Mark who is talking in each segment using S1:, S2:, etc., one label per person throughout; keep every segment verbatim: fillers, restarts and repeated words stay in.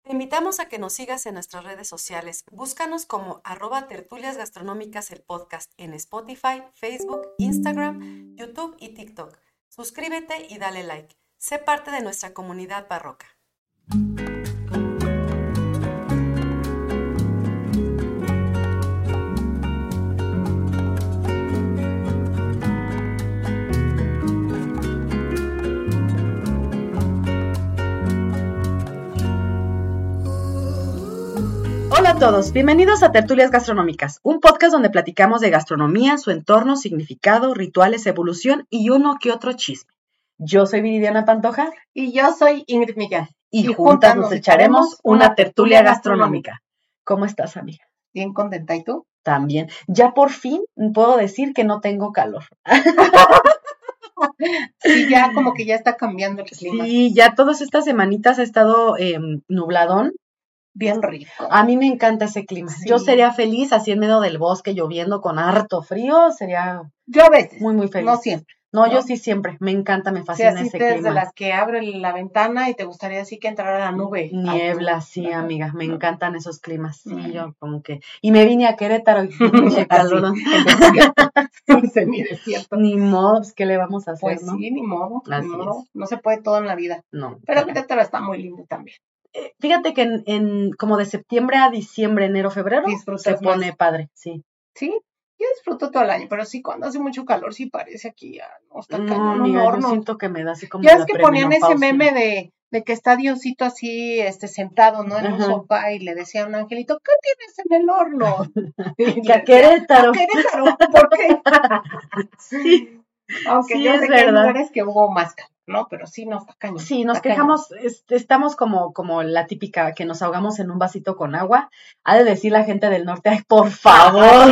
S1: Te invitamos a que nos sigas en nuestras redes sociales. Búscanos como arroba tertulias gastronómicas el podcast en Spotify, Facebook, Instagram, YouTube y TikTok. Suscríbete y dale like. Sé parte de nuestra comunidad barroca. Hola a todos, bienvenidos a Tertulias Gastronómicas, un podcast donde platicamos de gastronomía, su entorno, significado, rituales, evolución y uno que otro chisme. Yo soy Viridiana Pantoja
S2: y yo soy Ingrid Miguel.
S1: Y, y juntas nos echaremos una tertulia gastronómica. ¿Cómo estás, amiga?
S2: Bien contenta, ¿y tú?
S1: También. Ya por fin puedo decir que no tengo calor.
S2: Sí, ya como que ya está cambiando el clima.
S1: Sí, ya todas estas semanitas ha estado eh, nubladón.
S2: Bien rico.
S1: A mí me encanta ese clima. Sí. Yo sería feliz así en medio del bosque, lloviendo con harto frío, sería
S2: yo a veces,
S1: muy, muy feliz.
S2: No siempre.
S1: No,
S2: ¿no?
S1: yo sí siempre, me encanta, me fascina
S2: sí, así
S1: ese
S2: te
S1: clima.
S2: de las que abren la ventana y te gustaría así que entrara la nube.
S1: Niebla, sí, ¿no? Amiga, me ¿no? encantan esos climas, sí, mm. yo como que... Y me vine a Querétaro y mucho calor.
S2: Semidesierto.
S1: Ni modo, ¿qué le vamos a hacer,
S2: pues
S1: no?
S2: sí, ni modo,
S1: Así
S2: ni modo.
S1: Es.
S2: No se puede todo en la vida.
S1: No.
S2: Pero Querétaro está muy lindo también.
S1: Fíjate que en, en como de septiembre a diciembre, enero, febrero,
S2: Disfrutas
S1: se pone
S2: más.
S1: padre, sí.
S2: Sí, yo disfruto todo el año, pero sí, cuando hace mucho calor, sí parece aquí ya, no está
S1: No,
S2: cañón,
S1: amiga,
S2: un horno.
S1: Yo siento que me da así como
S2: ya
S1: la
S2: es que ponían ese meme de, de que está Diosito así, este, sentado, ¿no? En Ajá. un sofá y le decía a un angelito, ¿qué tienes en el horno?
S1: Que a Querétaro.
S2: A Querétaro, ¿por qué?
S1: Sí.
S2: Aunque
S1: sí,
S2: yo
S1: es
S2: sé
S1: verdad.
S2: que hay lugares que hubo más calor, ¿no? Pero sí, no, está cañón.
S1: Sí, nos
S2: está
S1: quejamos,
S2: cañón.
S1: es, estamos como, como la típica que nos ahogamos en un vasito con agua. Ha de decir la gente del norte, ay, por favor.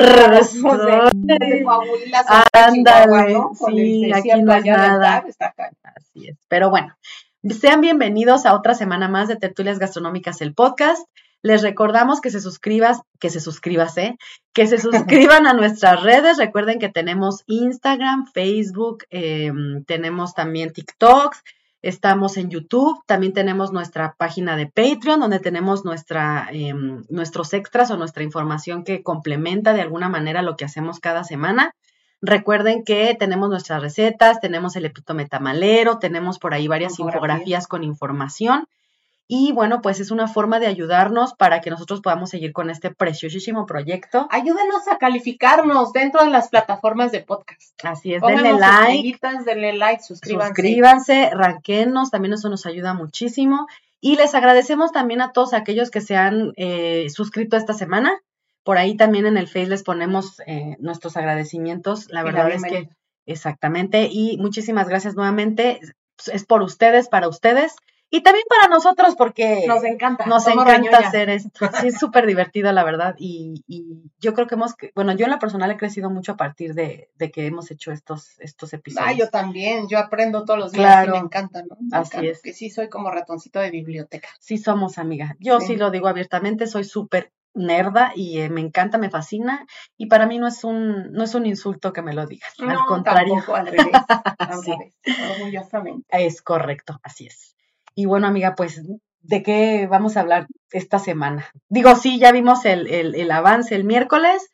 S2: De Coahuila,
S1: ándale,
S2: ¿no?
S1: sí, aquí no es nada.
S2: Está cañón.
S1: Así es, pero bueno, sean bienvenidos a otra semana más de Tertulias Gastronómicas, el podcast. Les recordamos que se suscribas, que se suscribas, ¿eh? Que se suscriban a nuestras redes. Recuerden que tenemos Instagram, Facebook, eh, tenemos también TikToks, estamos en YouTube, también tenemos nuestra página de Patreon, donde tenemos nuestra, eh, nuestros extras o nuestra información que complementa de alguna manera lo que hacemos cada semana. Recuerden que tenemos nuestras recetas, tenemos el epítome tamalero, tenemos por ahí varias infografías con información. Y bueno, pues es una forma de ayudarnos para que nosotros podamos seguir con este preciosísimo proyecto.
S2: Ayúdenos a calificarnos dentro de las plataformas de podcast.
S1: Así es, denle like.
S2: Denle like, suscríbanse.
S1: Suscríbanse, ranquenos, también eso nos ayuda muchísimo. Y les agradecemos también a todos aquellos que se han eh, suscrito esta semana. Por ahí también en el Face les ponemos eh, nuestros agradecimientos. La verdad la es que, exactamente. Y muchísimas gracias nuevamente. Es por ustedes, para ustedes. Y también para nosotros, porque
S2: nos encanta,
S1: nos encanta hacer esto. Sí, es súper divertido, la verdad. Y, y yo creo que hemos, bueno, yo en lo personal he crecido mucho a partir de, de que hemos hecho estos, estos episodios.
S2: Ah, yo también, yo aprendo todos los días
S1: claro.
S2: y me encanta, ¿no? Me
S1: Así
S2: encanta,
S1: es.
S2: Que sí soy como ratoncito de biblioteca.
S1: Sí somos, amiga. Yo sí, sí lo digo abiertamente, soy súper nerda y eh, me encanta, me fascina. Y para mí no es un, no es un insulto que me lo digas.
S2: No,
S1: al contrario.
S2: Tampoco, al revés. Al sí. revés, orgullosamente.
S1: Es correcto, así es. Y bueno, amiga, pues, ¿de qué vamos a hablar esta semana? Digo, sí, ya vimos el, el, el avance el miércoles,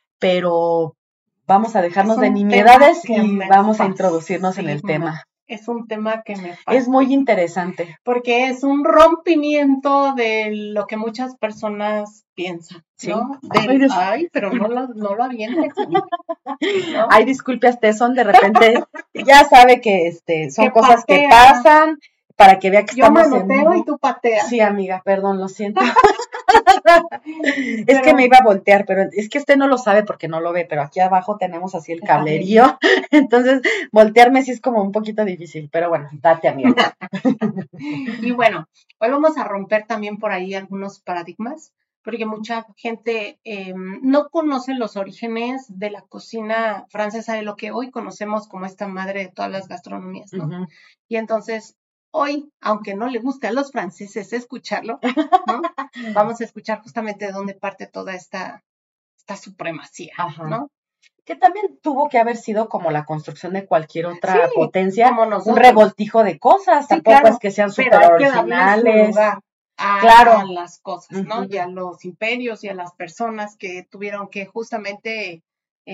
S1: pero vamos a dejarnos de nimiedades y vamos a introducirnos en el tema.
S2: Es un tema que me fascina.
S1: Es muy interesante.
S2: Porque es un rompimiento de lo que muchas personas piensan,
S1: sí.
S2: ¿no? Del, ay, pero no lo, no lo avientes. ¿no?
S1: Ay, disculpe, usted son de repente, ya sabe que este son
S2: que
S1: cosas
S2: patea.
S1: que pasan. Para que vea que
S2: Yo
S1: estamos
S2: manoteo
S1: en vivo.
S2: Y tú pateas.
S1: Sí, amiga, perdón, lo siento. es pero, que me iba a voltear, pero es que usted no lo sabe porque no lo ve, pero aquí abajo tenemos así el cablerío. Entonces, voltearme sí es como un poquito difícil, pero bueno, date, amiga.
S2: Y bueno, hoy vamos a romper también por ahí algunos paradigmas, porque mucha gente eh, no conoce los orígenes de la cocina francesa, de lo que hoy conocemos como esta madre de todas las gastronomías, ¿no? Uh-huh. Y entonces, hoy, aunque no le guste a los franceses escucharlo, ¿no? Vamos a escuchar justamente de dónde parte toda esta, esta supremacía, Ajá. ¿no?
S1: Que también tuvo que haber sido como la construcción de cualquier otra
S2: sí,
S1: potencia,
S2: como
S1: un revoltijo de cosas,
S2: sí,
S1: tampoco
S2: claro,
S1: es que sean súper originales.
S2: a,
S1: claro.
S2: a las cosas, ¿no? Uh-huh. Y a los imperios y a las personas que tuvieron que justamente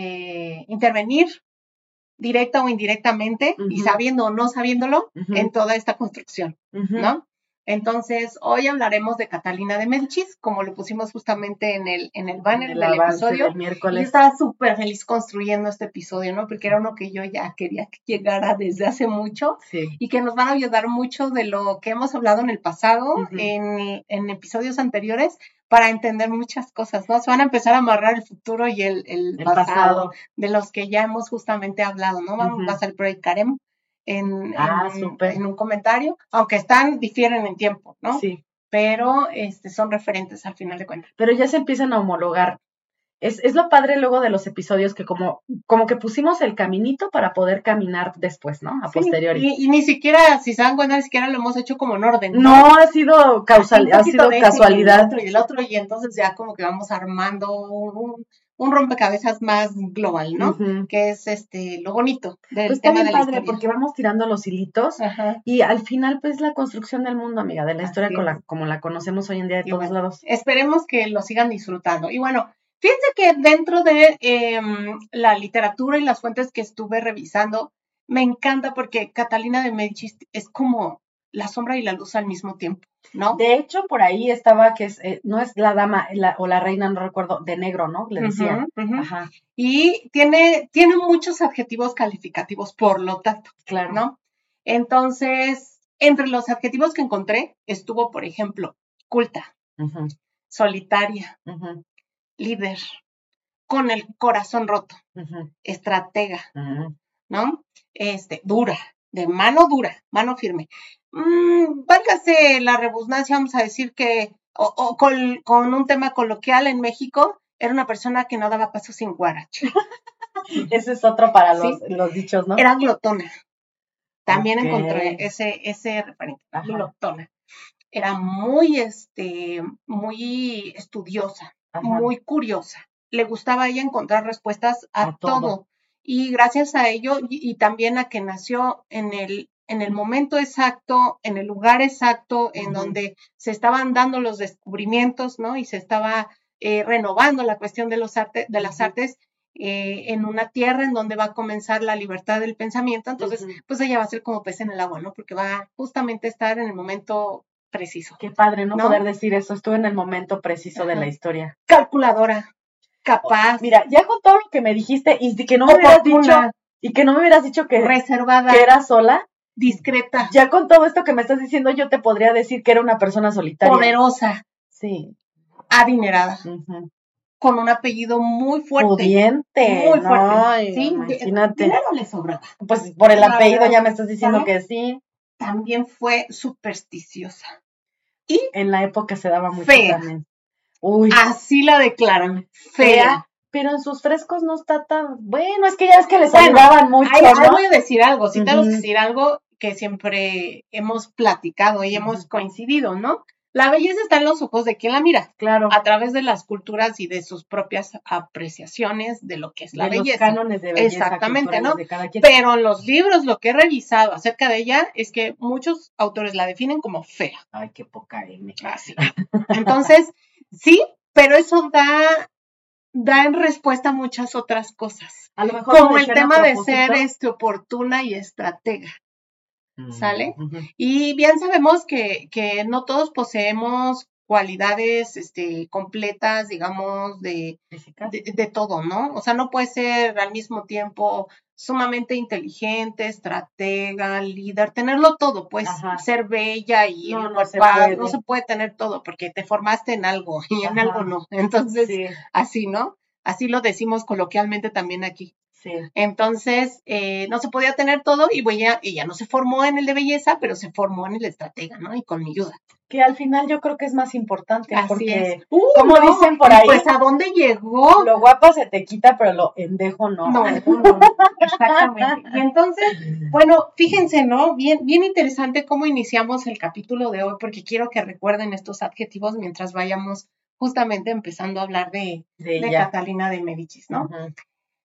S2: eh, intervenir directa o indirectamente, uh-huh. y sabiendo o no sabiéndolo, uh-huh. en toda esta construcción, uh-huh. ¿no? Entonces, hoy hablaremos de Catalina de Médicis, como lo pusimos justamente en el, en el banner en el del episodio.
S1: Del miércoles.
S2: Yo estaba súper feliz construyendo este episodio, ¿no? Porque era uno que yo ya quería que llegara desde hace mucho,
S1: sí.
S2: y que nos van a ayudar mucho de lo que hemos hablado en el pasado, uh-huh. en, en episodios anteriores, para entender muchas cosas, ¿no? Se van a empezar a amarrar el futuro y el, el,
S1: el
S2: pasado,
S1: pasado,
S2: de los que ya hemos justamente hablado, ¿no? Vamos uh-huh. a hacer por ahí Karem. En,
S1: ah,
S2: en, en un comentario, aunque están, difieren en tiempo, ¿no?
S1: Sí.
S2: Pero este, son referentes al final de cuentas.
S1: Pero ya se empiezan a homologar. Es, es lo padre luego de los episodios que como, como que pusimos el caminito para poder caminar después, ¿no? A
S2: sí,
S1: posteriori.
S2: Y, y ni siquiera, si se dan cuenta, ni siquiera lo hemos hecho como en orden.
S1: No, no ha sido causal, ha sido casualidad.
S2: Y el otro y el otro, y entonces ya como que vamos armando un, un rompecabezas más global, ¿no?
S1: Uh-huh.
S2: Que es este lo bonito del
S1: pues
S2: tema
S1: está bien
S2: de la
S1: padre
S2: historia.
S1: Porque vamos tirando los hilitos.
S2: Ajá.
S1: Y al final pues la construcción del mundo, amiga, de la
S2: Así
S1: historia con la, como la conocemos hoy en día de
S2: y
S1: todos
S2: bueno,
S1: lados.
S2: Esperemos que lo sigan disfrutando. Y bueno, fíjense que dentro de eh, la literatura y las fuentes que estuve revisando, me encanta porque Catalina de Médicis es como la sombra y la luz al mismo tiempo, ¿no?
S1: De hecho, por ahí estaba que es, eh, no es la dama la, o la reina, no recuerdo, de negro, ¿no? Le decían.
S2: Uh-huh, uh-huh.
S1: Ajá.
S2: Y tiene, tiene muchos adjetivos calificativos, por lo tanto,
S1: claro.
S2: ¿no? Entonces, entre los adjetivos que encontré, estuvo, por ejemplo, culta,
S1: uh-huh.
S2: solitaria,
S1: uh-huh.
S2: líder, con el corazón roto,
S1: uh-huh.
S2: estratega,
S1: uh-huh.
S2: ¿no? Este, dura, de mano dura, mano firme. Mm, válgase la redundancia, vamos a decir que, o, o con, con un tema coloquial en México, era una persona que no daba paso sin guarache.
S1: Ese es otro para los,
S2: ¿sí?
S1: los dichos, ¿no?
S2: Era glotona. También
S1: okay.
S2: encontré ese, ese referente,
S1: Ajá.
S2: glotona. Era muy, este, muy estudiosa, Ajá. muy curiosa. Le gustaba a ella encontrar respuestas a, a todo. todo. Y gracias a ello, y, y también a que nació en el, en el momento exacto, en el lugar exacto, en uh-huh. donde se estaban dando los descubrimientos, ¿no? Y se estaba eh, renovando la cuestión de, los arte, de las uh-huh. artes, eh, en una tierra en donde va a comenzar la libertad del pensamiento. Entonces, uh-huh. pues ella va a ser como pez en el agua, ¿no? Porque va justamente a estar en el momento preciso.
S1: Qué padre, ¿no? ¿no? Poder decir eso, estuve en el momento preciso Ajá. de la historia.
S2: Calculadora, capaz.
S1: Oh, mira, ya con todo lo que me dijiste y que no me hubieras dicho, y que no me hubieras dicho que,
S2: reservada,
S1: que era sola,
S2: discreta.
S1: Ya con todo esto que me estás diciendo, yo te podría decir que era una persona solitaria.
S2: Poderosa.
S1: Sí.
S2: Adinerada.
S1: Uh-huh.
S2: Con un apellido muy fuerte.
S1: Pudiente.
S2: Muy
S1: no,
S2: fuerte. Sí,
S1: imagínate.
S2: Dinero le sobraba.
S1: Pues por el
S2: La
S1: apellido
S2: verdad,
S1: ya me estás diciendo
S2: ¿sabes?
S1: que sí.
S2: También fue supersticiosa. Y
S1: en la época se daba mucho
S2: fea.
S1: también. Uy.
S2: Así la declaran. Fea.
S1: fea. Pero en sus frescos no está tan... Bueno, es que ya es que les bueno, ayudaban mucho,
S2: ahí,
S1: ¿no?
S2: Ahí voy a decir algo. Sí,
S1: uh-huh.
S2: tengo que decir algo que siempre hemos platicado y uh-huh. hemos coincidido, ¿no? La belleza está en los ojos de quien la mira.
S1: Claro.
S2: A través de las culturas y de sus propias apreciaciones de lo que es la
S1: de
S2: belleza.
S1: Los cánones de belleza.
S2: Exactamente, ¿no?
S1: De cada quien.
S2: Pero en los libros lo que he revisado acerca de ella es que muchos autores la definen como fea.
S1: Ay, qué poca M.
S2: Así. Entonces, sí, pero eso da... da en respuesta a muchas otras cosas.
S1: A lo mejor
S2: como el tema de ser este, oportuna y estratega. ¿Sale?
S1: Uh-huh.
S2: Y bien sabemos que, que no todos poseemos cualidades este, completas, digamos, de, de, de todo, ¿no? O sea, no puede ser al mismo tiempo sumamente inteligente, estratega, líder, tenerlo todo, pues
S1: Ajá.
S2: ser bella y
S1: no,
S2: el
S1: no, se
S2: papá,
S1: puede.
S2: no se puede tener todo porque te formaste en algo y en
S1: Ajá.
S2: algo no. Entonces,
S1: sí.
S2: así, ¿no? Así lo decimos coloquialmente también aquí.
S1: Sí.
S2: Entonces, eh, no se podía tener todo y ella, ella no se formó en el de belleza, pero se formó en el de estratega, ¿no? Y con mi ayuda.
S1: Que al final yo creo que es más importante.
S2: Así
S1: porque,
S2: es. Uh,
S1: como
S2: no,
S1: dicen por ahí.
S2: Pues, ¿a dónde llegó?
S1: Lo guapa se te quita, pero lo endejo no.
S2: No, no, no. Exactamente. Y entonces, bueno, fíjense, ¿no? Bien, bien interesante cómo iniciamos el capítulo de hoy, porque quiero que recuerden estos adjetivos mientras vayamos justamente empezando a hablar de,
S1: de,
S2: de Catalina de Médicis, ¿no?
S1: Uh-huh.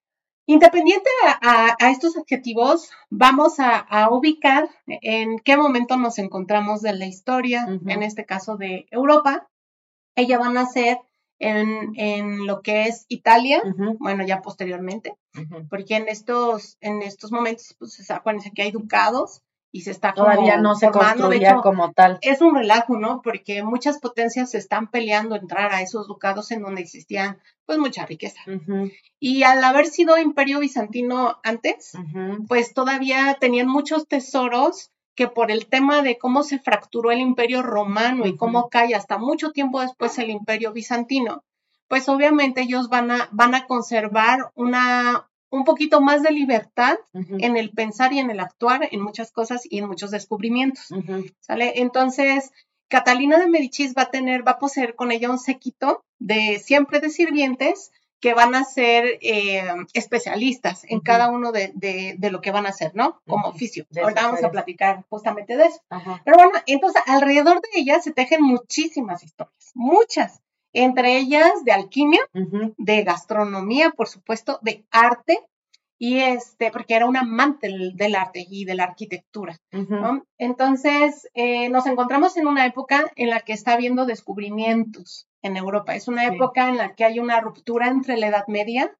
S2: Independiente a, a, a estos adjetivos, vamos a, a ubicar en qué momento nos encontramos de la historia, uh-huh. en este caso de Europa. Ellas van a ser en, en lo que es Italia, uh-huh. bueno, ya posteriormente, uh-huh. porque en estos, en estos momentos, pues, acuérdense que hay ducados y se está como
S1: todavía no se
S2: formando,
S1: construía
S2: de hecho,
S1: como tal.
S2: Es un relajo, ¿no? Porque muchas potencias se están peleando entrar a esos ducados en donde existía, pues, mucha riqueza. Uh-huh. Y al haber sido imperio bizantino antes, uh-huh. pues todavía tenían muchos tesoros que por el tema de cómo se fracturó el imperio romano uh-huh. y cómo cae hasta mucho tiempo después el imperio bizantino, pues obviamente ellos van a, van a conservar una, un poquito más de libertad uh-huh. en el pensar y en el actuar en muchas cosas y en muchos descubrimientos, uh-huh. ¿sale? Entonces, Catalina de Médicis va a tener, va a poseer con ella un séquito de siempre de sirvientes que van a ser eh, especialistas en uh-huh. cada uno de, de, de lo que van a hacer, ¿no? Como uh-huh. oficio. De Ahorita vamos a platicar justamente de eso. Uh-huh. Pero bueno, entonces alrededor de ellas se tejen muchísimas historias, muchas. Entre ellas de alquimia, uh-huh. de gastronomía, por supuesto, de arte, y este, porque era un amante del, del arte y de la arquitectura, uh-huh. ¿no? Entonces, eh, nos encontramos en una época en la que está habiendo descubrimientos en Europa. Es una sí. época en la que hay una ruptura entre la Edad Media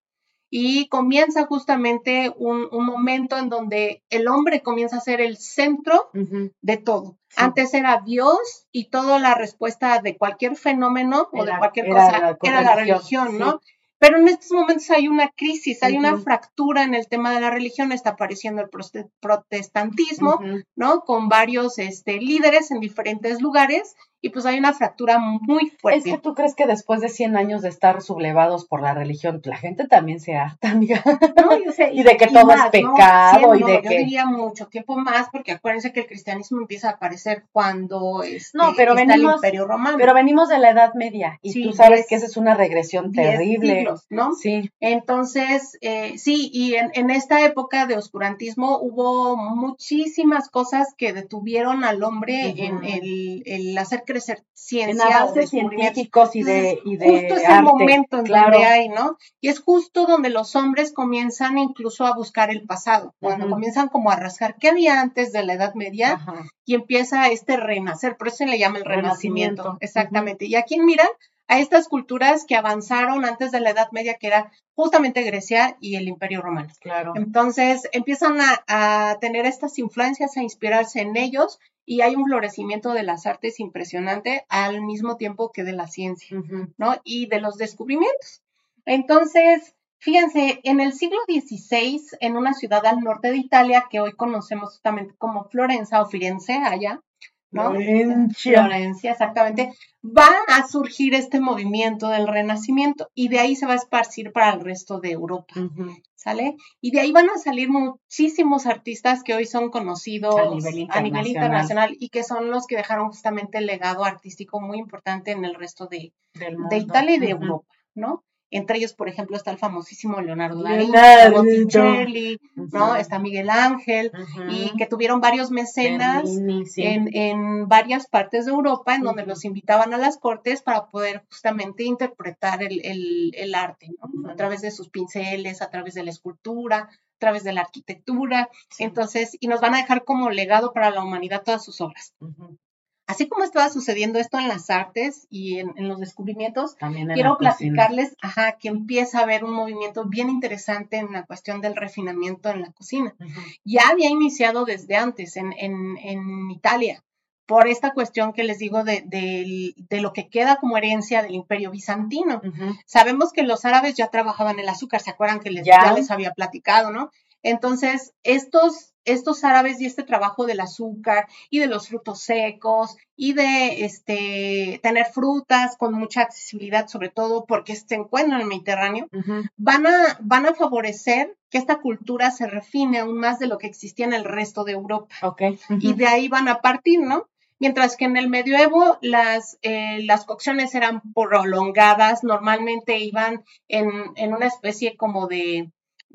S2: y comienza justamente un, un momento en donde el hombre comienza a ser el centro uh-huh. de todo. Sí. Antes era Dios y toda la respuesta de cualquier fenómeno era, o de cualquier era cosa la era la religión, sí. ¿no? Pero en estos momentos hay una crisis, hay uh-huh. una fractura en el tema de la religión, está apareciendo el protestantismo, uh-huh. ¿no? Con varios este, líderes en diferentes lugares, y pues hay una fractura muy fuerte.
S1: Es que tú crees que después de cien años de estar sublevados por la religión, la gente también se harta, amiga.
S2: No, yo sé,
S1: y de que
S2: y
S1: todo
S2: más,
S1: es pecado,
S2: ¿no? Sí,
S1: y de
S2: no,
S1: que...
S2: Yo diría mucho tiempo más, porque acuérdense que el cristianismo empieza a aparecer cuando este,
S1: no, pero
S2: está
S1: venimos,
S2: el Imperio Romano.
S1: Pero venimos de la Edad Media, y sí, tú sabes diez, que esa es una regresión terrible.
S2: Siglos, ¿no?
S1: Sí.
S2: Entonces, eh, sí, y en, en esta época de oscurantismo hubo muchísimas cosas que detuvieron al hombre uh-huh. en el, el hacer crecer ciencia.
S1: En avances científicos y de, y de
S2: Justo es
S1: arte,
S2: el momento en
S1: claro.
S2: donde hay, ¿no? Y es justo donde los hombres comienzan incluso a buscar el pasado, cuando uh-huh. comienzan como a rascar qué había antes de la Edad Media uh-huh. y empieza este renacer, por eso se le llama el renacimiento. renacimiento. Exactamente. Uh-huh. Y aquí miran a estas culturas que avanzaron antes de la Edad Media, que era justamente Grecia y el Imperio Romano.
S1: Claro.
S2: Entonces, empiezan a, a tener estas influencias, a inspirarse en ellos, y hay un florecimiento de las artes impresionante al mismo tiempo que de la ciencia, uh-huh. ¿no? Y de los descubrimientos. Entonces, fíjense, en el siglo dieciséis, en una ciudad al norte de Italia, que hoy conocemos justamente como Florencia o Firenze, allá, ¿no?
S1: Florencia.
S2: Florencia, exactamente. Va a surgir este movimiento del Renacimiento y de ahí se va a esparcir para el resto de Europa, uh-huh. ¿sale? Y de ahí van a salir muchísimos artistas que hoy son conocidos
S1: a nivel internacional,
S2: a nivel internacional y que son los que dejaron justamente el legado artístico muy importante en el resto de, de Italia y de uh-huh. Europa, ¿no? Entre ellos, por ejemplo, está el famosísimo Leonardo da Vinci, Botticelli, uh-huh. ¿no? Está Miguel Ángel, uh-huh. y que tuvieron varios mecenas
S1: Bernini, sí.
S2: en, en varias partes de Europa, en uh-huh. donde los invitaban a las cortes para poder justamente interpretar el, el, el arte, ¿no? Uh-huh. A través de sus pinceles, a través de la escultura, a través de la arquitectura. Sí. Entonces, y nos van a dejar como legado para la humanidad todas sus obras. Uh-huh. Así como estaba sucediendo esto en las artes y en, en los descubrimientos, quiero platicarles ajá, que empieza a haber un movimiento bien interesante en la cuestión del refinamiento en la cocina. Uh-huh. Ya había iniciado desde antes en, en, en Italia, por esta cuestión que les digo de, de, de lo que queda como herencia del Imperio Bizantino. Uh-huh. Sabemos que los árabes ya trabajaban el azúcar, ¿se acuerdan que les, ya. ya les había platicado, no? Entonces, estos, estos árabes y este trabajo del azúcar y de los frutos secos y de este, tener frutas con mucha accesibilidad, sobre todo porque se encuentran en el Mediterráneo, uh-huh. van, a, van a favorecer que esta cultura se refine aún más de lo que existía en el resto de Europa.
S1: Okay. Uh-huh.
S2: Y de ahí van a partir, ¿no? Mientras que en el medioevo las, eh, las cocciones eran prolongadas, normalmente iban en, en una especie como de...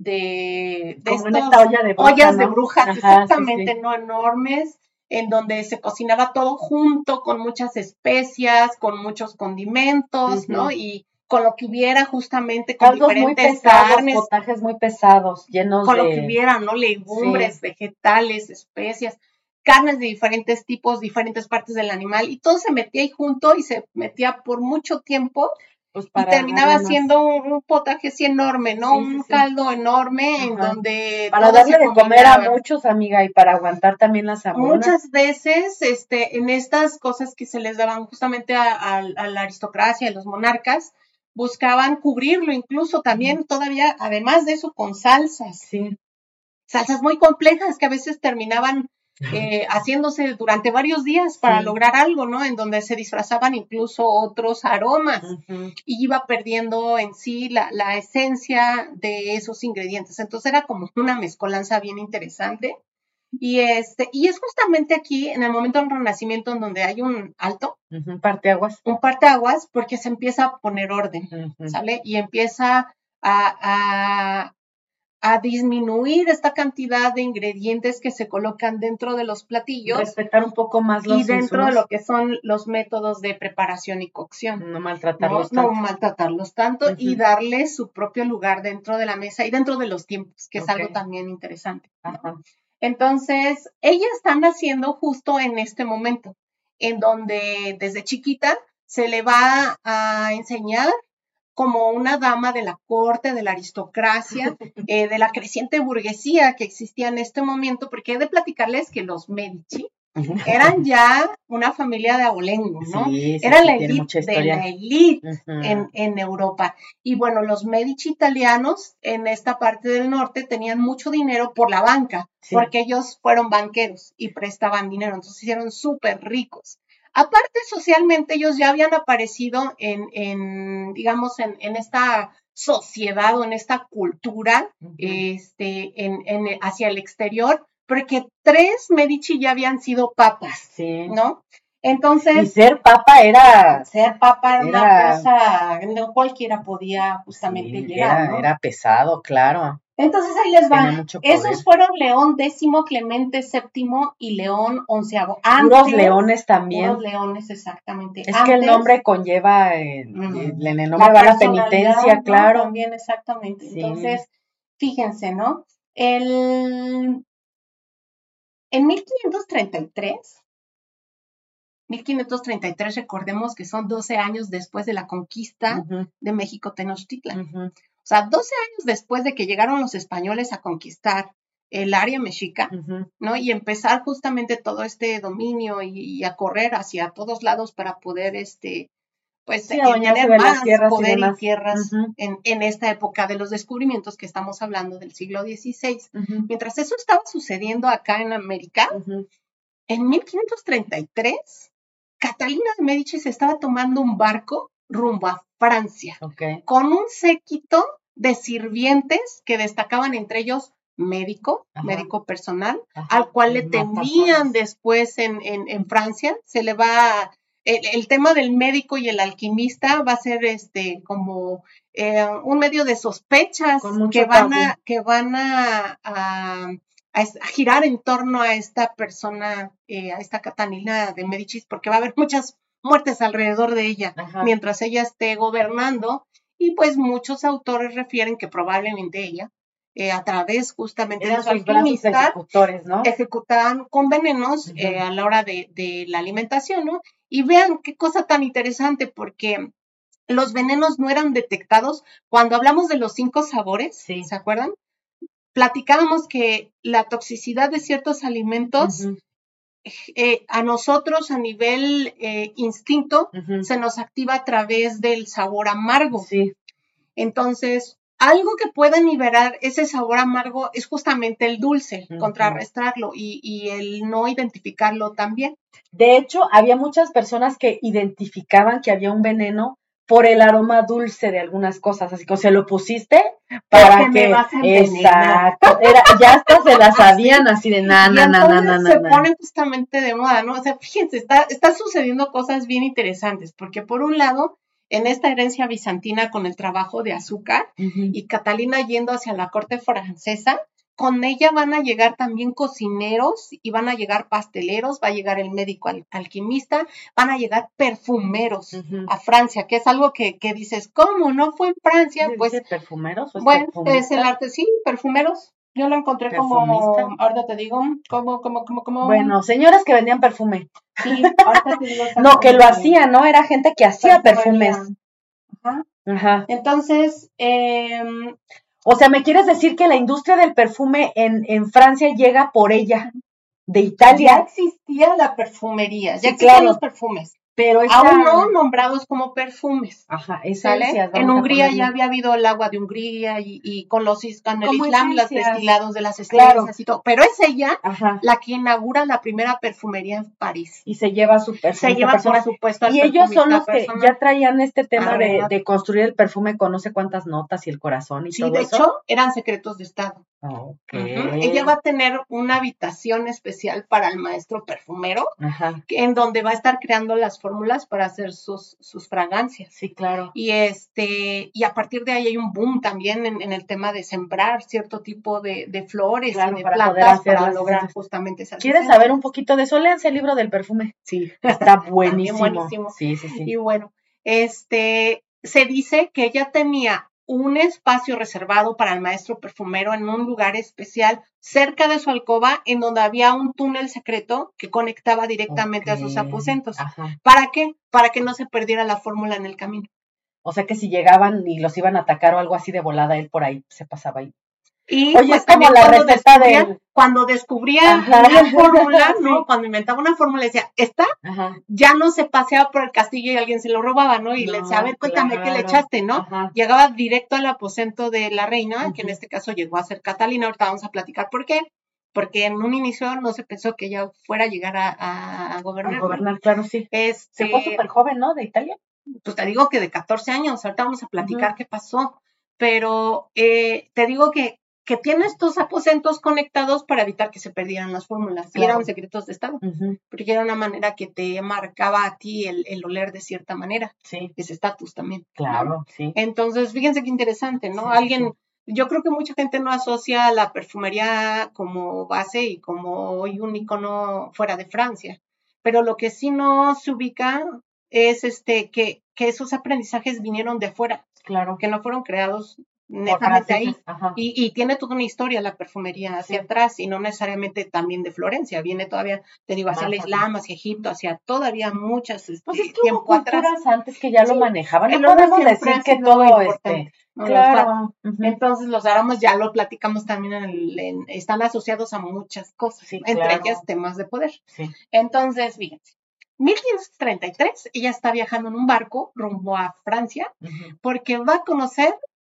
S2: de, de
S1: como estos, olla de bruja,
S2: ollas
S1: ¿no?
S2: de brujas,
S1: Ajá,
S2: exactamente,
S1: sí, sí.
S2: no enormes, en donde se cocinaba todo junto, con muchas especias, con muchos condimentos, uh-huh. ¿no? Y, con lo que hubiera justamente, con
S1: caldos
S2: diferentes
S1: muy pesados,
S2: carnes,
S1: potajes muy pesados, llenos
S2: con
S1: de...
S2: lo que hubiera, ¿no? Legumbres, sí. vegetales, especias, carnes de diferentes tipos, diferentes partes del animal, y todo se metía ahí junto y se metía por mucho tiempo. Pues y terminaba siendo un, un potaje así enorme, ¿no? Sí, un sí, caldo sí. enorme. Ajá. En donde...
S1: Para darle de comer a muchos, amiga, y para aguantar también las hambrunas.
S2: Muchas veces, este, en estas cosas que se les daban justamente a, a, a la aristocracia, a los monarcas, buscaban cubrirlo incluso también, todavía, además de eso, con salsas.
S1: Sí.
S2: Salsas muy complejas que a veces terminaban Eh, haciéndose durante varios días para sí. lograr algo, ¿no? En donde se disfrazaban incluso otros aromas uh-huh. y iba perdiendo en sí la, la esencia de esos ingredientes. Entonces era como una mezcolanza bien interesante. Y este, y es justamente aquí, en el momento del Renacimiento, en donde hay un alto.
S1: Uh-huh. Un parteaguas.
S2: Un parteaguas, porque se empieza a poner orden, uh-huh. ¿sale? Y empieza a, a a disminuir esta cantidad de ingredientes que se colocan dentro de los platillos.
S1: Respetar un poco más los
S2: y dentro
S1: insumos.
S2: De lo que son los métodos de preparación y cocción.
S1: No maltratarlos
S2: no,
S1: tanto.
S2: No maltratarlos tanto uh-huh. y darles su propio lugar dentro de la mesa y dentro de los tiempos, que es okay. algo también interesante.
S1: Uh-huh.
S2: Entonces, ellas están haciendo justo en este momento, en donde desde chiquita se le va a enseñar como una dama de la corte, de la aristocracia, eh, de la creciente burguesía que existía en este momento, porque he de platicarles que los Medici eran ya una familia de abolengo, ¿no?
S1: Sí, sí,
S2: eran
S1: sí,
S2: la élite de la élite uh-huh. en, en Europa. Y bueno, los Medici italianos en esta parte del norte tenían mucho dinero por la banca, sí. porque ellos fueron banqueros y prestaban dinero, entonces se hicieron súper ricos. Aparte, socialmente, ellos ya habían aparecido en, en digamos, en, en esta sociedad o en esta cultura uh-huh. este, en, en, hacia el exterior, porque tres Medici ya habían sido papas,
S1: sí.
S2: ¿no? Entonces...
S1: Y ser papa era...
S2: Ser papa era, era una cosa, no cualquiera podía justamente
S1: sí,
S2: llegar,
S1: era,
S2: ¿no?
S1: Era pesado, claro.
S2: Entonces ahí les va. Esos fueron León décimo, Clemente séptimo y León onceavo.
S1: Puros leones también.
S2: Puros leones, exactamente.
S1: Es Antes, que el nombre conlleva, el, mm, en el nombre la va la penitencia, ¿no? Claro.
S2: También, exactamente. Sí. Entonces, fíjense, ¿no? El, en mil quinientos treinta y tres, mil quinientos treinta y tres, recordemos que son doce años después de la conquista uh-huh. de México-Tenochtitlan. Uh-huh. O sea, doce años después de que llegaron los españoles a conquistar el área mexica, uh-huh. ¿no? Y empezar justamente todo este dominio y, y a correr hacia todos lados para poder, este, pues,
S1: sí,
S2: tener más poder y, y tierras
S1: uh-huh.
S2: en, en esta época de los descubrimientos que estamos hablando del siglo dieciséis. Uh-huh. Mientras eso estaba sucediendo acá en América, uh-huh. en mil quinientos treinta y tres, Catalina de Médici se estaba tomando un barco rumbo a Francia,
S1: okay.
S2: con un séquito de sirvientes que destacaban entre ellos médico, Ajá. médico personal, Ajá. al cual le temían después en, en, en Francia. Se le va, el, el tema del médico y el alquimista va a ser este como eh, un medio de sospechas que van, a, que van a, a, a girar en torno a esta persona, eh, a esta Catalina de Médicis, porque va a haber muchas muertes alrededor de ella, Ajá. mientras ella esté gobernando, y pues muchos autores refieren que probablemente ella, eh, a través justamente
S1: Eran
S2: de su alquimista,
S1: ejecutores, ¿no?
S2: ejecutaban con venenos uh-huh. eh, a la hora de, de la alimentación, ¿no? Y vean qué cosa tan interesante, porque los venenos no eran detectados. Cuando hablamos de los cinco sabores, sí. ¿se acuerdan? Platicábamos que la toxicidad de ciertos alimentos uh-huh. Eh, a nosotros a nivel eh, instinto uh-huh. se nos activa a través del sabor amargo.
S1: Sí.
S2: Entonces, algo que puede liberar ese sabor amargo es justamente el dulce, uh-huh. contrarrestarlo y, y el no identificarlo también.
S1: De hecho, había muchas personas que identificaban que había un veneno por el aroma dulce de algunas cosas, así que se lo pusiste para
S2: Porque
S1: que
S2: me vas a
S1: exacto, era, ya hasta se la sabían así de na na na na na na.
S2: Se pone justamente de moda, ¿no? O sea, fíjense, está, está sucediendo cosas bien interesantes, porque por un lado, en esta herencia bizantina con el trabajo de azúcar uh-huh. y Catalina yendo hacia la corte francesa, con ella van a llegar también cocineros y van a llegar pasteleros, va a llegar el médico al, alquimista, van a llegar perfumeros uh-huh. a Francia, que es algo que, que dices, ¿cómo? ¿No fue en Francia? Pues,
S1: ¿perfumeros? ¿O es
S2: bueno,
S1: perfumista?
S2: es el arte, sí, perfumeros. Yo lo encontré ¿Perfumista? como, ahorita te digo, como, como, como, como.
S1: Bueno, señoras que vendían perfume.
S2: Sí, ahorita te digo.
S1: No, que lo hacían, ¿no? Era gente que hacía perfumes.
S2: Ajá.
S1: Ajá.
S2: Entonces, eh,
S1: o sea, ¿me quieres decir que la industria del perfume en, en Francia llega por ella, de Italia?
S2: Ya existía la perfumería, ya
S1: sí,
S2: existían
S1: claro.
S2: los perfumes.
S1: Pero esa...
S2: aún no nombrados como perfumes.
S1: Ajá,
S2: ¿sale? En Hungría ya había habido el agua de Hungría y, y con los con el Islam, los destilados de las estrellas claro. y todo. Pero es ella Ajá. la que inaugura la primera perfumería en París.
S1: Y se lleva su perfume.
S2: Se lleva, por supuesto, al
S1: Y ellos son los
S2: personal.
S1: que ya traían este tema de, de construir el perfume con no sé cuántas notas y el corazón y
S2: sí,
S1: todo
S2: eso.
S1: eso.
S2: Sí, de hecho, eran secretos de Estado.
S1: Okay.
S2: Uh-huh. Ella va a tener una habitación especial para el maestro perfumero, Ajá. en donde va a estar creando las fórmulas para hacer sus, sus fragancias.
S1: Sí, claro.
S2: Y este, y a partir de ahí hay un boom también en, en el tema de sembrar cierto tipo de, de flores
S1: claro,
S2: y de
S1: para
S2: plantas
S1: poder
S2: para lograr esencias. Justamente esas
S1: ¿Quieres
S2: esencias?
S1: saber un poquito de eso? Léanse el libro del perfume.
S2: Sí.
S1: Está buenísimo.
S2: buenísimo.
S1: Sí, sí, sí.
S2: Y bueno, este, se dice que ella tenía un espacio reservado para el maestro perfumero en un lugar especial cerca de su alcoba en donde había un túnel secreto que conectaba directamente okay. a sus aposentos. Ajá. ¿Para qué? Para que no se perdiera la fórmula en el camino.
S1: O sea que si llegaban y los iban a atacar o algo así de volada, él por ahí se pasaba ahí.
S2: Y
S1: Oye,
S2: pues
S1: es como la receta de...
S2: Cuando descubría la fórmula, ¿no? Sí. Cuando inventaba una fórmula, decía, esta Ajá. ya no se paseaba por el castillo y alguien se lo robaba, ¿no? Y no, le decía, a ver, cuéntame claro. qué le echaste, ¿no? Ajá. Llegaba directo al aposento de la reina, uh-huh. que en este caso llegó a ser Catalina, ahorita vamos a platicar por qué. Porque en un inicio no se pensó que ella fuera a llegar a, a, a gobernar.
S1: A gobernar, ¿no? Claro, sí.
S2: Este,
S1: se fue súper joven, ¿no? De Italia.
S2: Pues te digo que de catorce años, ahorita vamos a platicar uh-huh. qué pasó. Pero eh, te digo que que tiene estos aposentos conectados para evitar que se perdieran las fórmulas. Claro. Y eran secretos de Estado, uh-huh. porque era una manera que te marcaba a ti el, el oler de cierta manera.
S1: Sí.
S2: Ese estatus también.
S1: Claro,
S2: ¿no?
S1: sí.
S2: Entonces, fíjense qué interesante, ¿no? Sí, Alguien, sí. Yo creo que mucha gente no asocia la perfumería como base y como hoy un icono fuera de Francia. Pero lo que sí no se ubica es este que, que esos aprendizajes vinieron de afuera.
S1: Claro.
S2: Que no fueron creados netamente ahí. Y, y tiene toda una historia la perfumería hacia sí. atrás y no necesariamente también de Florencia, viene todavía, te digo, hacia Más el Islam, hacia Egipto, hacia todavía muchas este,
S1: pues es que
S2: tiempo
S1: hubo culturas
S2: atrás.
S1: antes que ya sí. lo manejaban,
S2: no
S1: podemos decir que todo este,
S2: ¿no?
S1: claro.
S2: Uh-huh. Entonces los aromas ya lo platicamos también, en el, en, están asociados a muchas cosas,
S1: sí,
S2: entre
S1: claro.
S2: ellas temas de poder.
S1: Sí.
S2: Entonces, fíjense. mil quinientos treinta y tres, ella está viajando en un barco rumbo a Francia uh-huh. porque va a conocer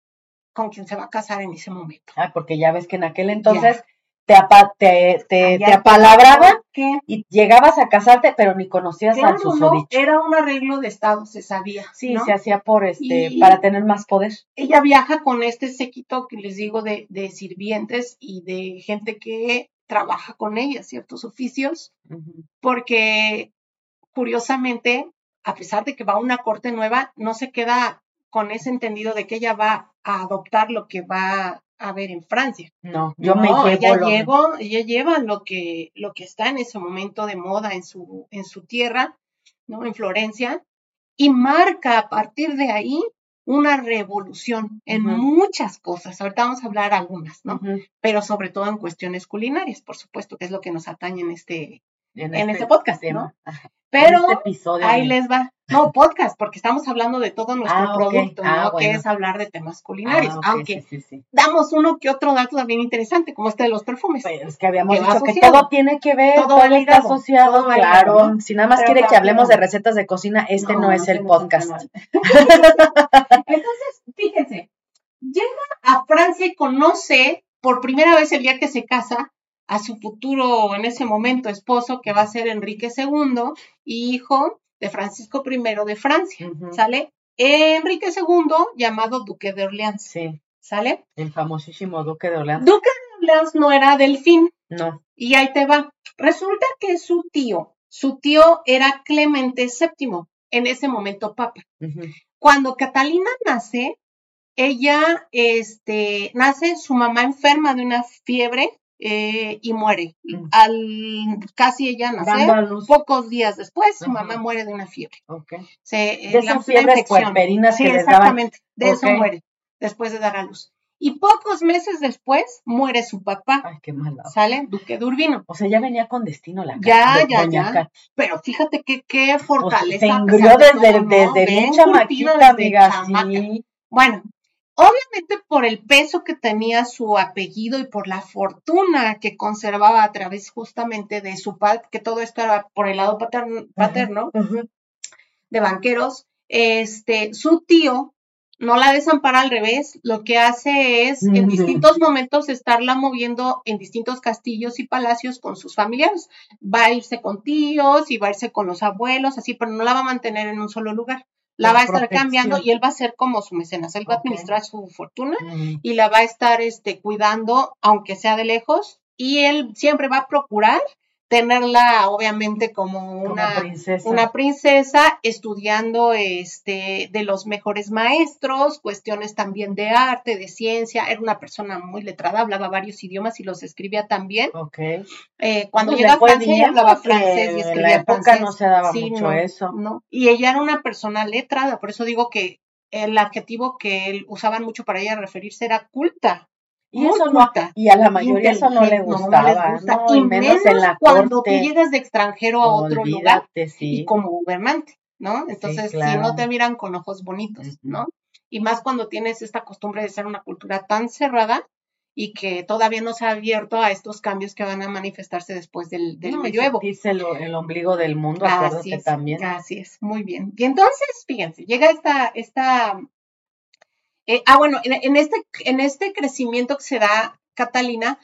S2: con quien se va a casar en ese momento.
S1: Ah, porque ya ves que en aquel entonces te, apa, te, te, te apalabraban y llegabas a casarte, pero ni conocías
S2: claro,
S1: al susodicho.
S2: No, era un arreglo de Estado, se sabía.
S1: Sí,
S2: ¿no?
S1: se hacía por este, y para tener más poder.
S2: Ella viaja con este séquito que les digo de, de sirvientes y de gente que trabaja con ella, ciertos oficios, uh-huh. porque curiosamente, a pesar de que va a una corte nueva, no se queda con ese entendido de que ella va a adoptar lo que va a ver en Francia.
S1: No, yo
S2: no,
S1: me llevo
S2: ella
S1: lo
S2: llevo, ella lleva lo que, lo que está en ese momento de moda en su, en su tierra, ¿no? En Florencia, y marca a partir de ahí una revolución en uh-huh. muchas cosas. Ahorita vamos a hablar algunas, ¿no? Uh-huh. Pero sobre todo en cuestiones culinarias, por supuesto, que es lo que nos atañe en este, en, en este, este podcast, tema. ¿no? Ajá. Pero este episodio, ahí les va. No, podcast, porque estamos hablando de todo nuestro
S1: ah, okay.
S2: producto, ¿no?
S1: Ah, bueno.
S2: Que es hablar de temas culinarios.
S1: Ah, okay,
S2: aunque
S1: sí, sí, sí.
S2: damos uno que otro dato también interesante, como este de los perfumes.
S1: Pues es que habíamos que dicho que todo tiene que ver, todo, todo está asociado, todo claro. Validado, ¿no? Si nada más Pero quiere que hablemos de recetas de cocina, este no, no es no el podcast.
S2: Entonces, fíjense, llega a Francia y conoce por primera vez el día que se casa a su futuro, en ese momento, esposo, que va a ser Enrique segundo, hijo de Francisco primero de Francia, uh-huh. ¿sale? Enrique segundo, llamado Duque de Orleans,
S1: sí.
S2: ¿sale?
S1: El famosísimo Duque de Orleans.
S2: Duque de Orleans no era delfín.
S1: No.
S2: Y ahí te va. Resulta que su tío, su tío era Clemente séptimo, en ese momento papa. Uh-huh. Cuando Catalina nace, ella, este, nace, su mamá enferma de una fiebre eh, y muere.
S1: Mm.
S2: Al casi ella nacer,
S1: Dando a luz.
S2: pocos días después, su
S1: Ajá.
S2: mamá muere de una fiebre.
S1: Okay.
S2: Se,
S1: De
S2: la-
S1: esas
S2: una
S1: fiebres
S2: infección.
S1: puerperinas
S2: Sí,
S1: que les daban.
S2: exactamente. De eso
S1: Ok.
S2: muere, después de dar a luz. Y pocos meses después muere su papá,
S1: Ay, qué mala.
S2: ¿sale? Duque de Urbino.
S1: O sea, ya venía con destino la
S2: Ya,
S1: Kat-
S2: ya,
S1: doña
S2: ya.
S1: Kat.
S2: Pero fíjate que qué
S1: Pues,
S2: fortaleza.
S1: se
S2: a
S1: engrió
S2: pesar de
S1: desde,
S2: todo, ¿no?
S1: desde
S2: Bien
S1: bien
S2: curtida
S1: chamaquita,
S2: desde
S1: amiga,
S2: chamaca.
S1: sí.
S2: Bueno, obviamente por el peso que tenía su apellido y por la fortuna que conservaba a través justamente de su padre, que todo esto era por el lado paterno, paterno
S1: Ujú.
S2: de banqueros, este, su tío no la desampara, al revés, lo que hace es en
S1: Ujú.
S2: distintos momentos estarla moviendo en distintos castillos y palacios con sus familiares. Va a irse con tíos y va a irse con los abuelos, así, pero no la va a mantener en un solo lugar. La
S1: Por
S2: va a estar
S1: protección.
S2: cambiando y él va a ser como su mecenas. Él va a
S1: Ok.
S2: administrar su fortuna
S1: Ujú.
S2: y la va a estar este, cuidando, aunque sea de lejos, y él siempre va a procurar tenerla, obviamente, como
S1: Como
S2: una,
S1: princesa.
S2: una princesa, estudiando este, de los mejores maestros, cuestiones también de arte, de ciencia. Era una persona muy letrada, hablaba varios idiomas y los escribía también.
S1: Ok.
S2: Eh, cuando
S1: Pues
S2: llega
S1: le
S2: a
S1: fue
S2: Francia, ella
S1: bien,
S2: hablaba
S1: porque
S2: francés y
S1: en la
S2: escribía
S1: época
S2: francés.
S1: no se daba
S2: Sí,
S1: mucho
S2: no,
S1: eso.
S2: no. Y ella era una persona letrada, por eso digo que el adjetivo que él usaban mucho para ella referirse era culta.
S1: Y
S2: Muy
S1: eso no,
S2: culta,
S1: y a la mayoría eso no le
S2: inteligente, no, no les
S1: gustaba,
S2: gusta.
S1: ¿no?
S2: Y
S1: Y menos en la
S2: cuando tú
S1: corte.
S2: llegas de extranjero a otro lugar
S1: Olvídate,
S2: y
S1: sí.
S2: como gobernante, ¿no?
S1: Sí,
S2: Entonces, si
S1: claro.
S2: no te miran con ojos bonitos,
S1: Ujú.
S2: ¿no? Y más cuando tienes esta costumbre de ser una cultura tan cerrada y que todavía no se ha abierto a estos cambios que van a manifestarse después del, del
S1: No, y
S2: medioevo.
S1: sentirse el, el ombligo del mundo,
S2: Así
S1: acuérdate
S2: es,
S1: también.
S2: así es, muy bien. Y entonces, fíjense, llega esta, esta eh, ah, bueno, en, en, este, en este crecimiento que se da Catalina,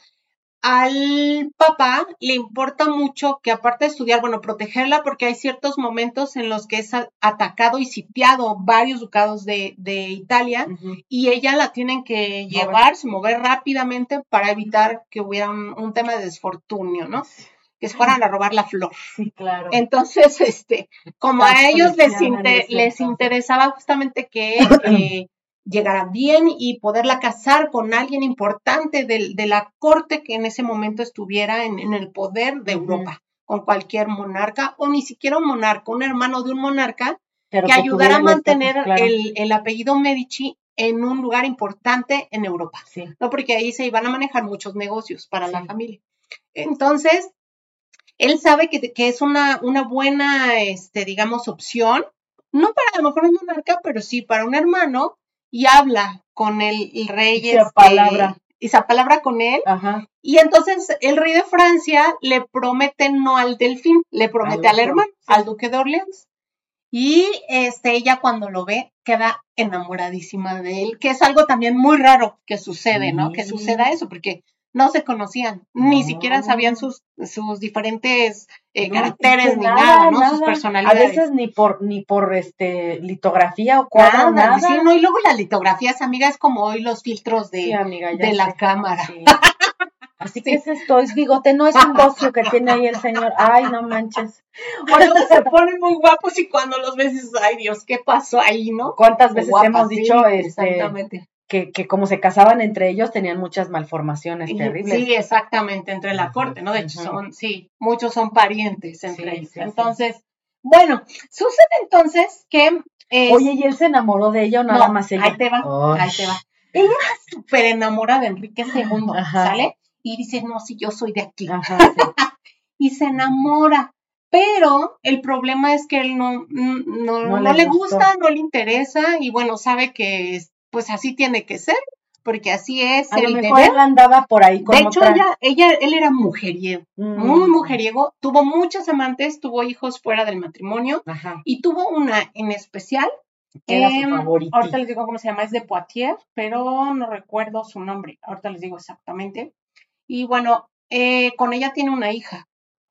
S2: al papá le importa mucho que aparte de estudiar, bueno, protegerla porque hay ciertos momentos en los que es a, atacado y sitiado varios ducados de, de Italia
S1: Ujú.
S2: y ella la tienen que llevar, se mover rápidamente para evitar que hubiera un, un tema de desfortunio, ¿no? Que se fueran a robar la flor.
S1: Sí, claro.
S2: Entonces, este, como
S1: Está
S2: a ellos les,
S1: apreciada en
S2: inter,
S1: ese
S2: les
S1: entonces.
S2: interesaba justamente que eh, llegara bien y poderla casar con alguien importante de, de la corte que en ese momento estuviera en, en el poder de
S1: Ujú.
S2: Europa, con cualquier monarca, o ni siquiera un monarca, un hermano de un monarca,
S1: Pero
S2: que
S1: que
S2: ayudara a
S1: tuviera el estatus,
S2: mantener
S1: claro.
S2: el, el apellido Medici en un lugar importante en Europa,
S1: Sí.
S2: ¿no? Porque ahí se iban a manejar muchos negocios para
S1: Sí.
S2: la familia. Entonces, él sabe que, que es una, una buena, este, digamos, opción, no para a lo mejor un monarca, pero sí para un hermano, y habla con el, el rey.
S1: Esa
S2: este,
S1: palabra.
S2: esa palabra con él,
S1: Ajá.
S2: y entonces el rey de Francia le promete no al delfín, le promete
S1: Al
S2: al,
S1: otro,
S2: hermano,
S1: sí.
S2: al duque de Orleans. Y este, ella cuando lo ve queda enamoradísima de él, que es algo también muy raro que sucede, ¿no? Que
S1: Sí.
S2: suceda eso, porque no se conocían, ni
S1: No.
S2: siquiera sabían sus, sus diferentes eh,
S1: No,
S2: caracteres
S1: es que
S2: ni
S1: nada,
S2: nada, ¿no?
S1: nada.
S2: Sus
S1: A
S2: personalidades.
S1: veces ni por ni por este litografía o cuadro,
S2: Nada,
S1: nada.
S2: sí, no, y luego las litografías, amiga, es como hoy los filtros de,
S1: Sí, amiga, ya
S2: de la
S1: sé.
S2: cámara.
S1: Sí. Así
S2: Sí.
S1: que es esto, es bigote, no es un bocio que tiene ahí el señor. Ay, no manches.
S2: O luego se ponen muy guapos y cuando los ves dices, ay Dios, ¿qué pasó ahí, no?
S1: ¿Cuántas
S2: O
S1: veces
S2: guapa,
S1: hemos
S2: sí,
S1: dicho este
S2: exactamente.
S1: que, que como se casaban entre ellos tenían muchas malformaciones
S2: Y-
S1: terribles?
S2: Sí, exactamente, entre la
S1: Ujú,
S2: corte, ¿no? De hecho,
S1: ujú.
S2: son, sí, muchos son parientes entre
S1: Sí,
S2: ellos.
S1: sí,
S2: Entonces, bueno, sucede entonces que... es-
S1: Oye, ¿y él se enamoró de ella o nada
S2: no,
S1: más ella?
S2: ahí te va,
S1: Ay.
S2: ahí te va. Ella está súper enamorada de Enrique segundo,
S1: Ajá.
S2: ¿sale? Y dice, no, si yo soy de aquí.
S1: Ajá, sí.
S2: Y se enamora. Pero el problema es que él no, no, no,
S1: No
S2: no
S1: le
S2: le
S1: gustó.
S2: gusta, no le interesa y bueno, sabe que pues así tiene que ser, porque así es
S1: A lo
S2: el
S1: mejor
S2: deber.
S1: él andaba por ahí con
S2: De hecho,
S1: otra.
S2: ella, ella, él era mujeriego,
S1: Mm.
S2: muy mujeriego, tuvo muchas amantes, tuvo hijos fuera del matrimonio
S1: Ajá.
S2: y tuvo una en especial.
S1: Que era su
S2: em,
S1: favorita.
S2: ahorita les digo cómo se llama, es de Poitiers, pero no recuerdo su nombre, ahorita les digo exactamente. Y bueno, eh, con ella tiene una hija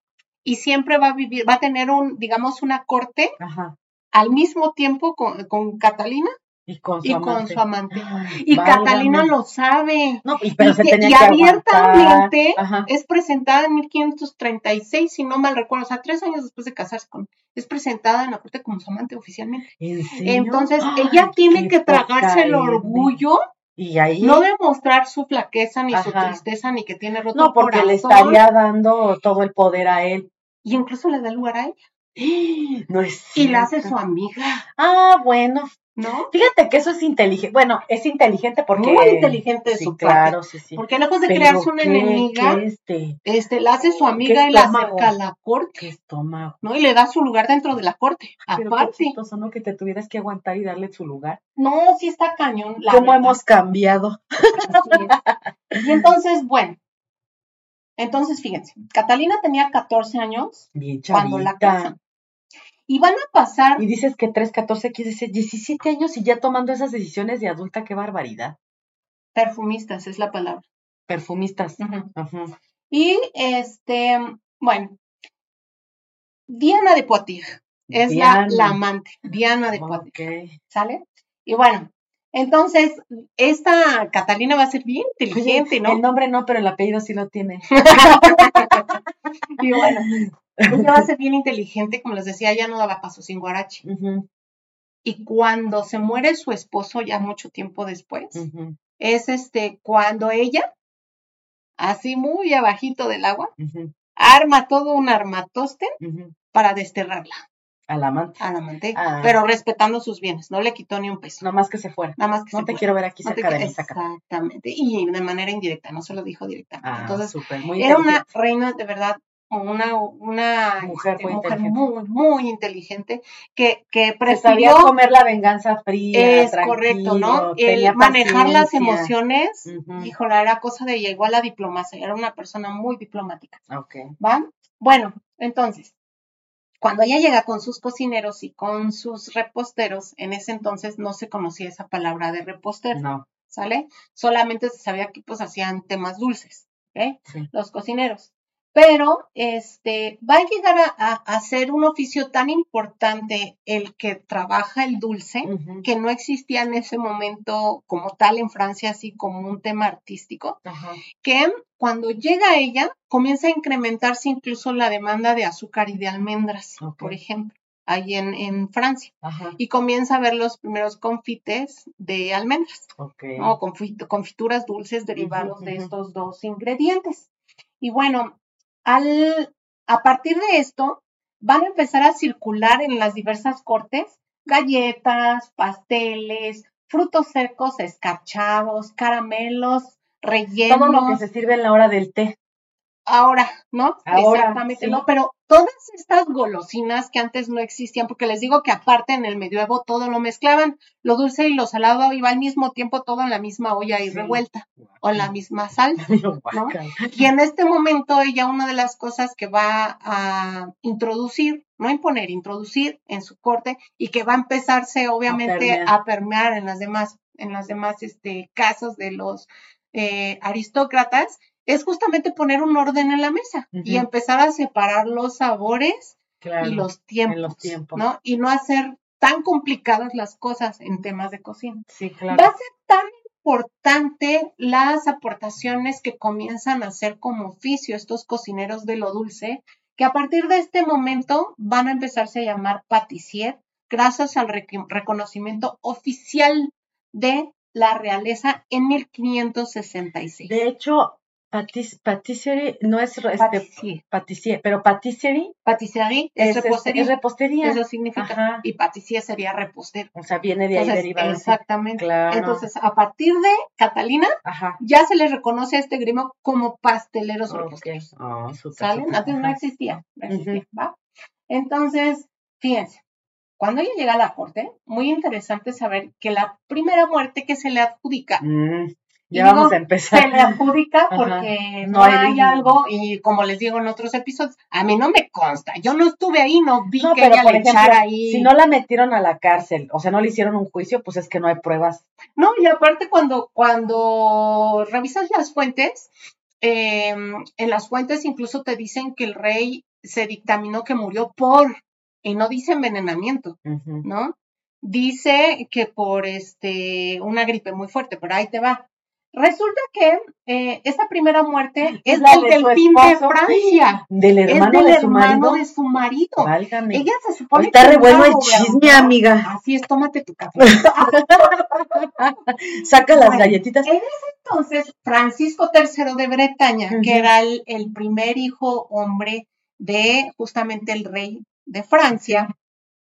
S2: y siempre va a vivir, va a tener un, digamos, una corte
S1: Ajá.
S2: al mismo tiempo con, con Catalina
S1: Y con su
S2: y
S1: amante.
S2: con su amante.
S1: Ay,
S2: Y
S1: válgame.
S2: Catalina lo sabe.
S1: No, y, pero
S2: y
S1: se
S2: que,
S1: tenía
S2: y
S1: que
S2: abiertamente
S1: aguantar.
S2: es presentada en mil quinientos treinta y seis, si no mal recuerdo, o sea, tres años después de casarse con, es presentada en la corte como su amante oficialmente.
S1: ¿En serio?
S2: Entonces,
S1: Ay,
S2: ella tiene
S1: qué
S2: que tragarse el
S1: poca
S2: orgullo,
S1: y ahí,
S2: no demostrar su flaqueza, ni su
S1: ajá,
S2: tristeza, ni que tiene roto
S1: no,
S2: el
S1: porque le
S2: corazón,
S1: estaría dando todo el poder a él.
S2: y incluso le da lugar a ella,
S1: No es
S2: y la hace
S1: cierto.
S2: su amiga,
S1: Ah, bueno.
S2: ¿no?
S1: Fíjate que eso es inteligente. Bueno, es inteligente porque.
S2: Muy inteligente de
S1: Sí,
S2: su
S1: claro,
S2: parte.
S1: sí, sí.
S2: Porque lejos de
S1: Pero
S2: crearse una
S1: qué,
S2: enemiga,
S1: qué este,
S2: este, la hace su
S1: qué
S2: amiga y la
S1: estómago.
S2: acerca a la corte,
S1: Qué estómago.
S2: ¿no? Y le da su lugar dentro de la corte,
S1: Pero qué
S2: aparte.
S1: chistoso, ¿no? Que te tuvieras que aguantar y darle su lugar.
S2: No, sí está cañón. La
S1: ¿Cómo
S2: verdad.
S1: hemos cambiado?
S2: Así es. Y entonces, bueno, entonces fíjense, Catalina tenía catorce años
S1: Bien
S2: cuando la
S1: chavita.
S2: casan. Y van a pasar,
S1: Y dices que tres, catorce, quiere decir diecisiete años y ya tomando esas decisiones de adulta, qué barbaridad.
S2: perfumistas es la palabra.
S1: Perfumistas.
S2: Ujú.
S1: Ajá.
S2: Y este, bueno, Diana de Poitiers es la,
S1: Diana.
S2: la amante, Diana de Poitiers,
S1: Ok.
S2: ¿sale? Y bueno, entonces, esta Catalina va a ser bien inteligente,
S1: Oye,
S2: ¿no?
S1: el nombre no, pero el apellido sí lo tiene.
S2: Y bueno, ella va a ser bien inteligente, como les decía, ella no daba paso sin guarache.
S1: Ujú,
S2: Y cuando se muere su esposo, ya mucho tiempo después,
S1: ujú,
S2: es este, cuando ella, así muy abajito del agua,
S1: ujú,
S2: arma todo un armatoste
S1: ujú.
S2: para desterrarla
S1: Al amante.
S2: al amante,
S1: Ah,
S2: pero respetando sus bienes, no le quitó ni un peso.
S1: no más que se fuera.
S2: Nada más que
S1: No
S2: se
S1: te
S2: fuera.
S1: quiero ver aquí
S2: No te
S1: cerca de
S2: qui-
S1: mí, sácate.
S2: Exactamente. Y de manera indirecta, no se lo dijo directamente.
S1: Ah,
S2: Entonces,
S1: súper, muy
S2: era una
S1: inteligente.
S2: reina de verdad, una, una
S1: Mujer
S2: este,
S1: muy
S2: mujer
S1: inteligente.
S2: muy, muy inteligente que, que
S1: Se sabía
S2: prefirió,
S1: comer la venganza fría,
S2: es correcto, ¿no?
S1: tranquilo,
S2: El
S1: tenía
S2: manejar las
S1: paciencia.
S2: emociones,
S1: Ujú,
S2: híjola, era cosa de ella, igual la diplomacia, era una persona muy diplomática.
S1: ok.
S2: ¿Va? Bueno, entonces, cuando ella llega con sus cocineros y con sus reposteros, en ese entonces no se conocía esa palabra de repostero,
S1: No,
S2: ¿sale? Solamente se sabía que pues hacían temas dulces, ¿ok?
S1: sí.
S2: Los cocineros. Pero este va a llegar a, a, a ser un oficio tan importante el que trabaja el dulce,
S1: Ujú,
S2: que no existía en ese momento como tal en Francia, así como un tema artístico,
S1: ajá,
S2: que cuando llega ella, comienza a incrementarse incluso la demanda de azúcar y de almendras,
S1: ok.
S2: por ejemplo, ahí en, en Francia.
S1: Ajá,
S2: Y comienza a ver los primeros confites de almendras,
S1: ok.
S2: ¿no? Confit confituras dulces derivados
S1: Ujú,
S2: de
S1: ujú.
S2: estos dos ingredientes. Y bueno, al, a partir de esto, van a empezar a circular en las diversas cortes galletas, pasteles, frutos secos escarchados, caramelos, rellenos.
S1: Todo lo que se sirve en la hora del té.
S2: Ahora, ¿no?
S1: Ahora,
S2: Exactamente,
S1: sí.
S2: ¿no? Pero todas estas golosinas que antes no existían, porque les digo que aparte en el medioevo todo lo mezclaban, lo dulce y lo salado iba al mismo tiempo todo en la misma olla y
S1: Sí.
S2: revuelta, o en la misma salsa, ¿no?
S1: Guácala.
S2: Y en este momento ella una de las cosas que va a introducir, no imponer, introducir en su corte y que va a empezarse obviamente
S1: permear.
S2: a permear en las demás, en las demás este, casas de los eh, aristócratas, es justamente poner un orden en la mesa
S1: Ujú.
S2: y empezar a separar los sabores
S1: Claro,
S2: y los tiempos,
S1: en los tiempos.
S2: ¿no? Y no hacer tan complicadas las cosas en temas de cocina.
S1: Sí, claro.
S2: Va a ser tan importante las aportaciones que comienzan a hacer como oficio estos cocineros de lo dulce, que a partir de este momento van a empezarse a llamar patissier, gracias al rec- reconocimiento oficial de la realeza en mil quinientos sesenta y seis.
S1: De hecho, patis, patisserie no es este,
S2: Patissier.
S1: patissier, pero patisserie
S2: Patisserie es,
S1: es,
S2: repostería.
S1: es repostería.
S2: Eso significa.
S1: Ajá.
S2: Y patissier sería repostero.
S1: O sea, viene de ahí
S2: Entonces,
S1: derivado.
S2: exactamente.
S1: Claro.
S2: Entonces, a partir de Catalina,
S1: Ajá.
S2: ya se les reconoce a este gremio como pasteleros o
S1: Ok.
S2: reposteros.
S1: Oh, súper,
S2: ¿Salen?
S1: súper.
S2: Antes no
S1: Ajá.
S2: existía, no existía,
S1: Ujú.
S2: ¿va? Entonces, fíjense, cuando ella llega a la corte, muy interesante saber que la primera muerte que se le adjudica,
S1: Mm,
S2: y
S1: ya
S2: digo,
S1: vamos a empezar.
S2: se le adjudica
S1: Ajá.
S2: porque no,
S1: No hay-
S2: hay algo, y como les digo en otros episodios, a mí no me consta, yo no estuve ahí, no vi
S1: No,
S2: que
S1: pero
S2: ella
S1: por
S2: le
S1: ejemplo,
S2: echara ahí.
S1: si no la metieron a la cárcel, o sea, no le hicieron un juicio, pues es que no hay pruebas.
S2: No, y aparte cuando, cuando revisas las fuentes, eh, en las fuentes incluso te dicen que el rey se dictaminó que murió por, y no dice envenenamiento,
S1: Ujú.
S2: ¿no? dice que por este una gripe muy fuerte, pero ahí te va. Resulta que eh, esta primera muerte es
S1: la
S2: del
S1: de su
S2: delfín de
S1: esposo.
S2: Francia.
S1: Del hermano
S2: es del
S1: de su
S2: hermano
S1: marido.
S2: de su marido.
S1: Válgame.
S2: Ella se supone
S1: Está
S2: que
S1: re bueno
S2: era
S1: el chisme,
S2: gobernadora.
S1: amiga.
S2: Así es, tómate tu café.
S1: Saca las
S2: Bueno,
S1: galletitas.
S2: En ese entonces, Francisco tercero de Bretaña,
S1: Ujú.
S2: que era el, el primer hijo hombre de justamente el rey de Francia,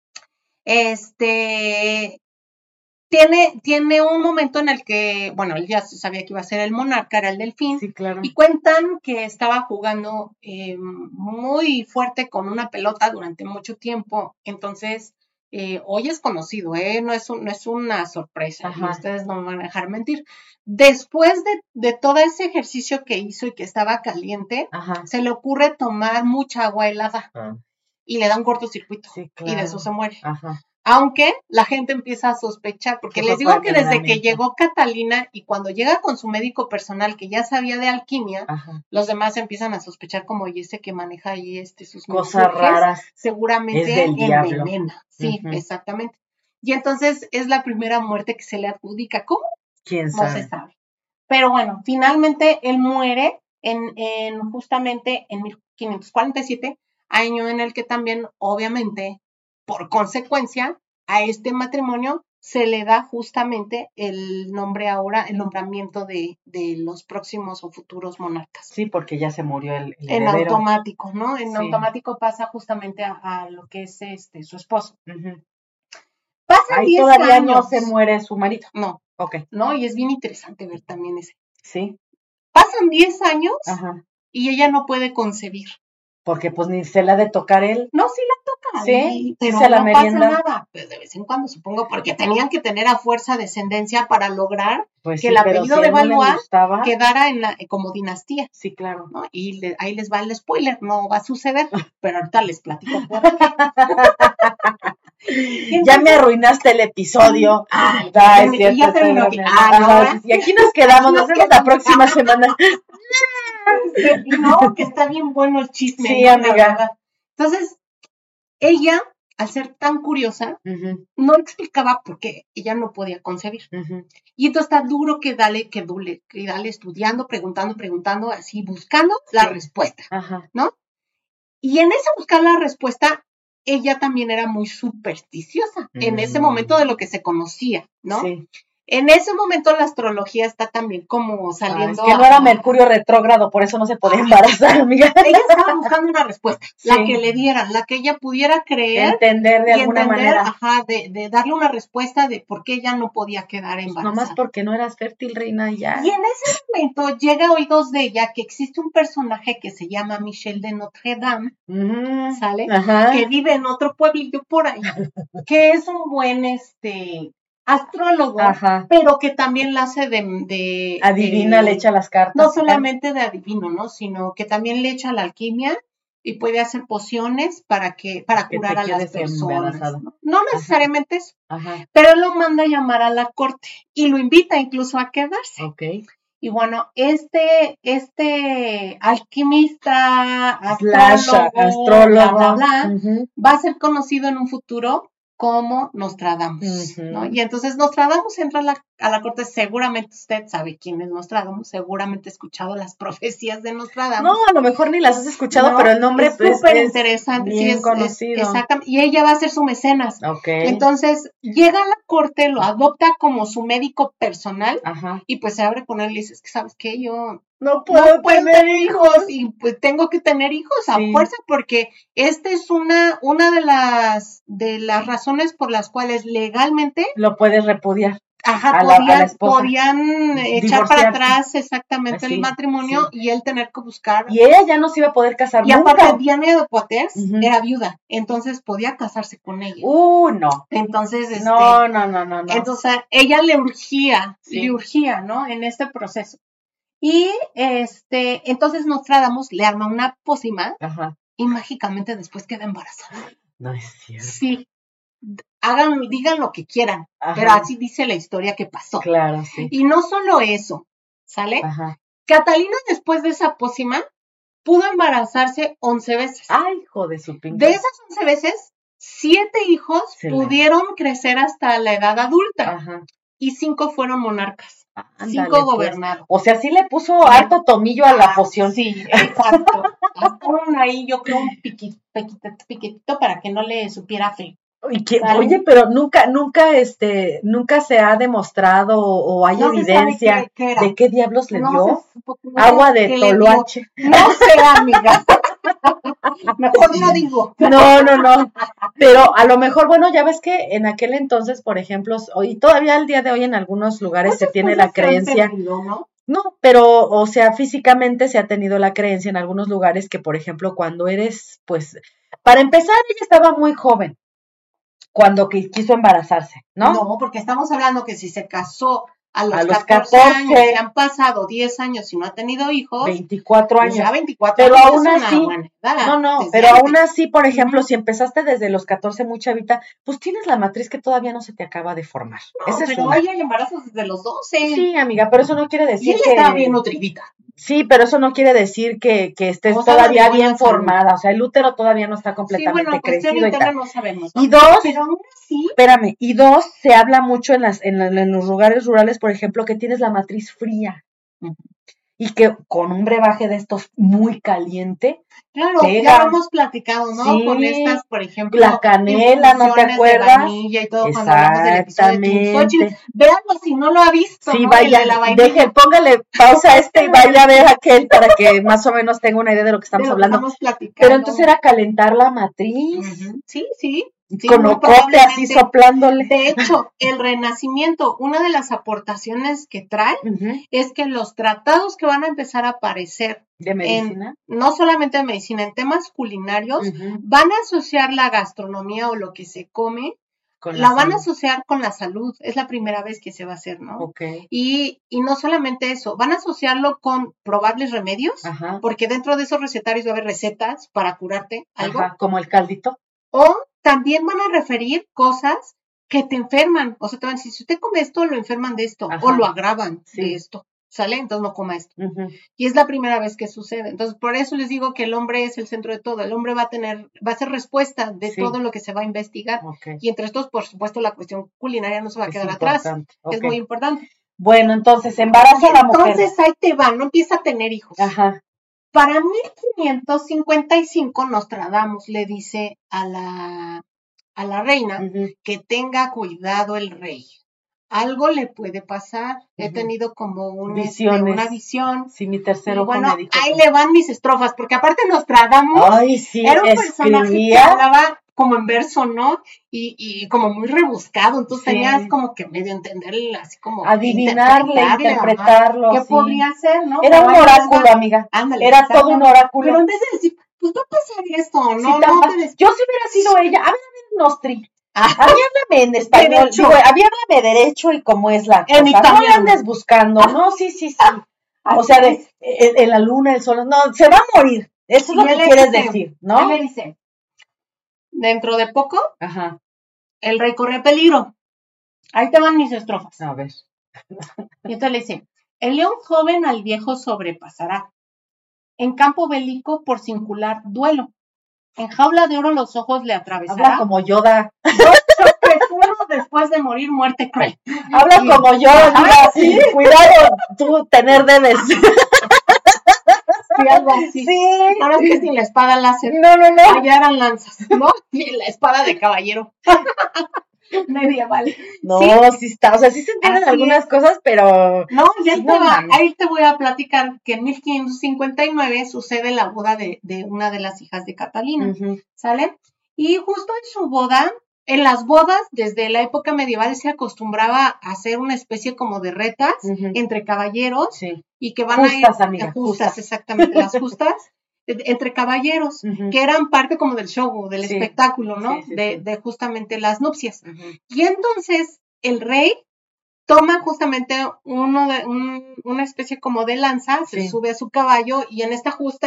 S2: este tiene, tiene un momento en el que, bueno, él ya sabía que iba a ser el monarca, era el delfín,
S1: Sí, claro.
S2: y cuentan que estaba jugando eh, muy fuerte con una pelota durante mucho tiempo, entonces eh, hoy es conocido, ¿eh? no, es un, no es una sorpresa,
S1: Ajá.
S2: y ustedes no me van a dejar mentir. Después de, de todo ese ejercicio que hizo y que estaba caliente,
S1: Ajá.
S2: se le ocurre tomar mucha agua helada
S1: Ah,
S2: y le da un cortocircuito,
S1: sí,
S2: y de eso
S1: claro.
S2: se muere.
S1: Ajá.
S2: Aunque la gente empieza a sospechar, porque
S1: Que
S2: les
S1: fue
S2: digo
S1: por
S2: que desde que
S1: envenenamiento.
S2: llegó Catalina y cuando llega con su médico personal que ya sabía de alquimia,
S1: Ajá.
S2: los demás empiezan a sospechar como, oye, ese que maneja ahí este, sus
S1: Cosas
S2: mensajes,
S1: raras.
S2: seguramente
S1: Es del diablo.
S2: envenena. Sí,
S1: Ujú.
S2: exactamente. Y entonces es la primera muerte que se le adjudica. ¿Cómo?
S1: ¿Quién
S2: No
S1: sabe?
S2: se sabe. Pero bueno, finalmente él muere en, en justamente en mil quinientos cuarenta y siete, año en el que también, obviamente, por consecuencia, a este matrimonio se le da justamente el nombre ahora, el nombramiento de, de los próximos o futuros monarcas.
S1: Sí, porque ya se murió el, el
S2: En
S1: heredero.
S2: automático, ¿no? En
S1: Sí.
S2: automático pasa justamente a, a lo que es este su esposo.
S1: Ujú.
S2: Pasan
S1: Ahí
S2: diez
S1: todavía
S2: años.
S1: no se muere su marido.
S2: No,
S1: Ok.
S2: no, y es bien interesante ver también ese.
S1: Sí.
S2: Pasan diez años
S1: Ajá.
S2: y ella no puede concebir.
S1: Porque pues ni se la ha de tocar él.
S2: No, sí la toca,
S1: Sí,
S2: y-
S1: sí
S2: pero
S1: se la
S2: no
S1: merienda.
S2: pasa nada. Pues de vez en cuando, supongo, porque tenían que tener a fuerza descendencia para lograr
S1: Pues
S2: que
S1: sí,
S2: el
S1: pero
S2: apellido
S1: si a
S2: de
S1: él no le
S2: Valois
S1: gustaba.
S2: quedara en la, como dinastía,
S1: Sí, claro.
S2: ¿no? Y le- ahí les va el spoiler, no va a suceder, pero ahorita les platico por qué.
S1: Y ya me arruinaste el episodio.
S2: Ay,
S1: Ah,
S2: ya,
S1: es cierto,
S2: ya terminó aquí.
S1: estoy
S2: Ah,
S1: bromeando.
S2: no,
S1: Ajá,
S2: ¿verdad?
S1: y aquí nos quedamos, nos
S2: Nos
S1: vemos la
S2: quedamos.
S1: próxima semana.
S2: Y no, que está bien bueno el chisme.
S1: Sí,
S2: ¿no? La
S1: amiga.
S2: verdad. Entonces, ella, al ser tan curiosa,
S1: Ujú,
S2: no explicaba por qué ella no podía concebir.
S1: ujú.
S2: Y entonces está duro que dale, que dule, que dale estudiando, preguntando, preguntando, así, buscando la
S1: Sí.
S2: respuesta,
S1: Ajá.
S2: ¿no? Y en ese buscar la respuesta, ella también era muy supersticiosa, en ese
S1: Mm.
S2: momento de lo que se conocía, ¿no?
S1: Sí.
S2: En ese momento la astrología está también como
S1: Ah, es
S2: saliendo
S1: que no
S2: a-
S1: era Mercurio retrógrado, por eso no se podía embarazar, amiga.
S2: Ella estaba buscando una respuesta,
S1: Sí.
S2: la que le dieran, la que ella pudiera creer
S1: Entender de
S2: y
S1: alguna
S2: entender,
S1: manera.
S2: ajá, de, de darle una respuesta de por qué ella no podía quedar
S1: Pues
S2: embarazada.
S1: nomás porque no eras fértil, reina, y ya.
S2: Y en ese momento llega a oídos de ella que existe un personaje que se llama Michel de Notre Dame,
S1: Ujú.
S2: ¿sale?
S1: Ajá.
S2: Que vive en otro pueblillo por ahí, que es un buen este astrólogo,
S1: Ajá.
S2: pero que también la hace de, de
S1: Adivina,
S2: de-
S1: le echa las cartas.
S2: no
S1: y tal.
S2: solamente de adivino, ¿no? Sino que también le echa la alquimia y puede hacer pociones para que para
S1: Que te
S2: curar a las
S1: quedes
S2: personas.
S1: embarazada.
S2: ¿no? No necesariamente eso,
S1: Ajá.
S2: pero él lo manda a llamar a la corte y lo invita incluso a quedarse.
S1: Ok.
S2: Y bueno, este, este alquimista,
S1: Slash
S2: astrólogo,
S1: astrólogo.
S2: bla, bla, bla,
S1: Ujú.
S2: va a ser conocido en un futuro como Nostradamus,
S1: Ujú.
S2: ¿no? Y entonces Nostradamus entra a la, a la corte, seguramente usted sabe quién es Nostradamus, seguramente ha escuchado las profecías de Nostradamus.
S1: No, a lo mejor ni las has escuchado,
S2: No,
S1: pero el nombre
S2: es
S1: pues,
S2: súper
S1: es
S2: interesante, sí,
S1: bien
S2: es, es
S1: conocido.
S2: exactamente, y ella va a ser su mecenas.
S1: Ok.
S2: Entonces, llega a la corte, lo adopta como su médico personal,
S1: Ajá.
S2: y pues se abre con él y dice, es que sabes qué, yo
S1: No puedo,
S2: no puedo
S1: tener
S2: tener hijos y pues tengo que tener hijos a
S1: Sí.
S2: fuerza porque esta es una, una de las de las razones por las cuales legalmente
S1: Lo puedes repudiar.
S2: ajá,
S1: A la- a la
S2: podían,
S1: esposa.
S2: podían echar para
S1: Divorciarse.
S2: atrás exactamente
S1: Sí,
S2: el matrimonio
S1: sí.
S2: y él tener que buscar.
S1: Y ella ya no se iba a poder casar
S2: Y
S1: nunca.
S2: aparte Diana de Poitiers
S1: Ujú.
S2: era viuda, entonces podía casarse con ella.
S1: Uh, no.
S2: Entonces, este,
S1: No, no, no, no, no.
S2: entonces ella le urgía,
S1: Sí.
S2: le urgía, ¿no? En este proceso. Y este, entonces Nostradamus le arma una pócima
S1: Ajá.
S2: y mágicamente después queda embarazada.
S1: No es cierto.
S2: Sí. Hagan, digan lo que quieran,
S1: Ajá.
S2: pero así dice la historia que pasó.
S1: Claro, sí.
S2: Y no solo eso, ¿sale?
S1: Ajá.
S2: Catalina después de esa pócima pudo embarazarse once veces.
S1: Ay, hijo de su pinche.
S2: De esas once veces, siete hijos
S1: Excelente.
S2: pudieron crecer hasta la edad adulta.
S1: Ajá.
S2: Y cinco fueron monarcas.
S1: Ándale,
S2: cinco
S1: pues.
S2: gobernaron.
S1: O sea, sí le puso harto tomillo a la poción.
S2: Sí, exacto. Gastaron ahí, yo creo, un piquitito, piquitito, piquitito para que no le supiera feo.
S1: Y que,
S2: ¿Sale?
S1: oye, pero nunca, nunca, este, nunca se ha demostrado o hay
S2: No se sabe
S1: evidencia
S2: qué- qué era.
S1: de qué diablos le
S2: No
S1: dio.
S2: se supo qué- no
S1: Agua
S2: sé
S1: de
S2: qué le dio.
S1: toloache.
S2: No sé, amiga. Mejor no digo.
S1: No, no, no. Pero a lo mejor, bueno, ya ves que en aquel entonces, por ejemplo, y todavía al día de hoy en algunos lugares se
S2: Muchas
S1: tiene
S2: cosas
S1: la
S2: se han
S1: creencia.
S2: perdido, ¿no?
S1: No, pero, o sea, físicamente se ha tenido la creencia en algunos lugares que, por ejemplo, cuando eres, pues, para empezar, ella estaba muy joven cuando qui- quiso embarazarse, ¿no?
S2: No, porque estamos hablando que si se casó a los,
S1: A los
S2: catorce,
S1: catorce.
S2: años, se han pasado diez años y no ha tenido hijos,
S1: veinticuatro
S2: pues
S1: años.
S2: ya veinticuatro
S1: Pero
S2: años
S1: aún
S2: es una
S1: así,
S2: buena edad,
S1: no, no,
S2: desde
S1: pero
S2: antes.
S1: aún así, por ejemplo,
S2: Ujú.
S1: si empezaste desde los catorce muy chavita, pues tienes la matriz que todavía no se te acaba de formar.
S2: No,
S1: Esa es
S2: pero
S1: una.
S2: ahí hay embarazos desde los doce.
S1: Sí, amiga, pero eso no quiere
S2: Y
S1: decir
S2: ella
S1: que...
S2: estaba bien nutridita.
S1: Sí, pero eso no quiere decir que, que estés
S2: O sea,
S1: todavía
S2: de buena
S1: bien
S2: salud.
S1: formada. O sea, el útero todavía no está
S2: Sí,
S1: completamente
S2: bueno, cuestión
S1: crecido y
S2: interna
S1: tal.
S2: no sabemos, ¿no?
S1: Y dos,
S2: Pero aún así,
S1: espérame, y dos, se habla mucho en, las, en, la- en los lugares rurales, por ejemplo, que tienes la matriz fría.
S2: Ujú.
S1: Y que con un brebaje de estos muy caliente,
S2: claro,
S1: pega.
S2: ya lo hemos platicado, ¿no?
S1: Sí,
S2: Con estas, por ejemplo,
S1: la canela, ¿no te
S2: infusiones de
S1: acuerdas?
S2: vainilla y todo cuando hablamos del episodio de Team Xochitl.
S1: Exactamente.
S2: Véanlo si no lo ha visto,
S1: Sí,
S2: ¿no?
S1: vaya,
S2: El de la vainilla,
S1: deje, póngale pausa a este y vaya a ver aquel para que más o menos tenga una idea de lo que
S2: de
S1: estamos
S2: lo que
S1: hablando.
S2: estamos platicando.
S1: Pero entonces era calentar la matriz,
S2: Ujú. Sí, sí. sí,
S1: con
S2: muy
S1: ocote así
S2: probablemente.
S1: soplándole.
S2: De hecho, el renacimiento, una de las aportaciones que trae
S1: Ujú.
S2: es que los tratados que van a empezar a aparecer
S1: ¿De medicina?
S2: en, no solamente de medicina, en temas culinarios,
S1: Ujú.
S2: van a asociar la gastronomía o lo que se come,
S1: Con
S2: la van a
S1: salud.
S2: asociar con la salud. Es la primera vez que se va a hacer, ¿no?
S1: Ok.
S2: Y, y no solamente eso, van a asociarlo con probables remedios,
S1: Ajá.
S2: porque dentro de esos recetarios va a haber recetas para curarte algo,
S1: Ajá. Como el caldito.
S2: o también van a referir cosas que te enferman. O sea, te van a decir, si usted come esto, lo enferman de esto,
S1: Ajá.
S2: o lo agravan
S1: Sí.
S2: de esto. ¿Sale? Entonces no coma esto.
S1: Ujú.
S2: Y es la primera vez que sucede. Entonces, por eso les digo que el hombre es el centro de todo. El hombre va a tener, va a ser respuesta de
S1: Sí.
S2: todo lo que se va a investigar.
S1: Ok.
S2: Y entre estos, por supuesto, la cuestión culinaria no se va a
S1: Es
S2: quedar atrás.
S1: importante.
S2: Es
S1: Ok.
S2: muy importante.
S1: Bueno, entonces, embaraza a la mujer.
S2: Entonces, ahí te va, no empieza a tener hijos.
S1: Ajá.
S2: Para mil quinientos cincuenta y cinco, Nostradamus le dice a la, a la reina
S1: Ujú.
S2: que tenga cuidado el rey. Algo le puede pasar. He
S1: Ujú.
S2: tenido como un, este,
S1: Visiones.
S2: una visión.
S1: Sí, mi tercer
S2: Y
S1: ojo
S2: bueno,
S1: me dijo.
S2: ahí
S1: que-
S2: le van mis estrofas, porque aparte Nostradamus
S1: Ay, sí,
S2: era un personaje que
S1: escribía.
S2: hablaba como en verso, ¿no? Y, y como muy rebuscado, entonces
S1: Sí.
S2: tenías como que medio entenderle, así como
S1: Adivinarle,
S2: interpretarle, ajá,
S1: interpretarlo.
S2: ¿qué
S1: sí.
S2: podría ser, no?
S1: Era
S2: Pero
S1: un
S2: ahí les
S1: oráculo,
S2: va.
S1: amiga.
S2: Ándale,
S1: Era
S2: exacto.
S1: todo un oráculo.
S2: Pero en vez de decir, pues va a pasar esto,
S1: Sí,
S2: no,
S1: tan
S2: no
S1: fa-
S2: te des-
S1: Yo si hubiera sido ella, háblame en Nostri.
S2: Ah,
S1: A mí háblame en español.
S2: Derecho.
S1: Digo, a mí háblame derecho y cómo es la
S2: En
S1: cosa. No le
S2: italiano.
S1: andes buscando. No, sí, sí, sí. O
S2: así
S1: sea, de,
S2: es.
S1: en, en la luna, el sol. No, se va a morir. Eso es
S2: Y
S1: lo
S2: él
S1: que
S2: le
S1: quieres
S2: dice,
S1: decir,
S2: Él
S1: ¿no?
S2: le dice, dentro de poco,
S1: Ajá.
S2: el rey corre peligro. Ahí te van mis estrofas.
S1: A ver.
S2: Y entonces le dice, el león joven al viejo sobrepasará. En campo bélico por singular duelo. En jaula de oro los ojos le atravesará.
S1: Habla como Yoda.
S2: Dos choques, uno después de morir, muerte cruel.
S1: Habla
S2: Sí.
S1: como yo.
S2: Ajá,
S1: Mira,
S2: sí.
S1: Cuidado, tú tener debes.
S2: Sí, algo así.
S1: Sí.
S2: Ahora es que sin la espada láser.
S1: No, no, no.
S2: Allá eran lanzas, ¿no? Y la espada de caballero. Medieval.
S1: No,
S2: Sí.
S1: sí está. O sea, sí se entienden
S2: Así
S1: algunas
S2: es.
S1: cosas, pero.
S2: No, ya
S1: Sí,
S2: te
S1: no
S2: va-
S1: mames.
S2: ahí te voy a platicar que en mil quinientos cincuenta y nueve sucede la boda de, de una de las hijas de Catalina,
S1: Ujú.
S2: ¿sale? Y justo en su boda, en las bodas, desde la época medieval se acostumbraba a hacer una especie como de retas
S1: Ujú.
S2: entre caballeros
S1: Sí.
S2: y que van
S1: Justas,
S2: a ir
S1: amiga,
S2: eh, justas,
S1: justas.
S2: exactamente, las justas, eh, entre caballeros,
S1: Ujú.
S2: que eran parte como del show, del
S1: Sí.
S2: espectáculo, ¿no?
S1: Sí, sí,
S2: de,
S1: sí.
S2: de justamente las nupcias.
S1: Ujú.
S2: Y entonces el rey toma justamente uno de, un- una especie como de lanza, se
S1: Sí.
S2: sube a su caballo y en esta justa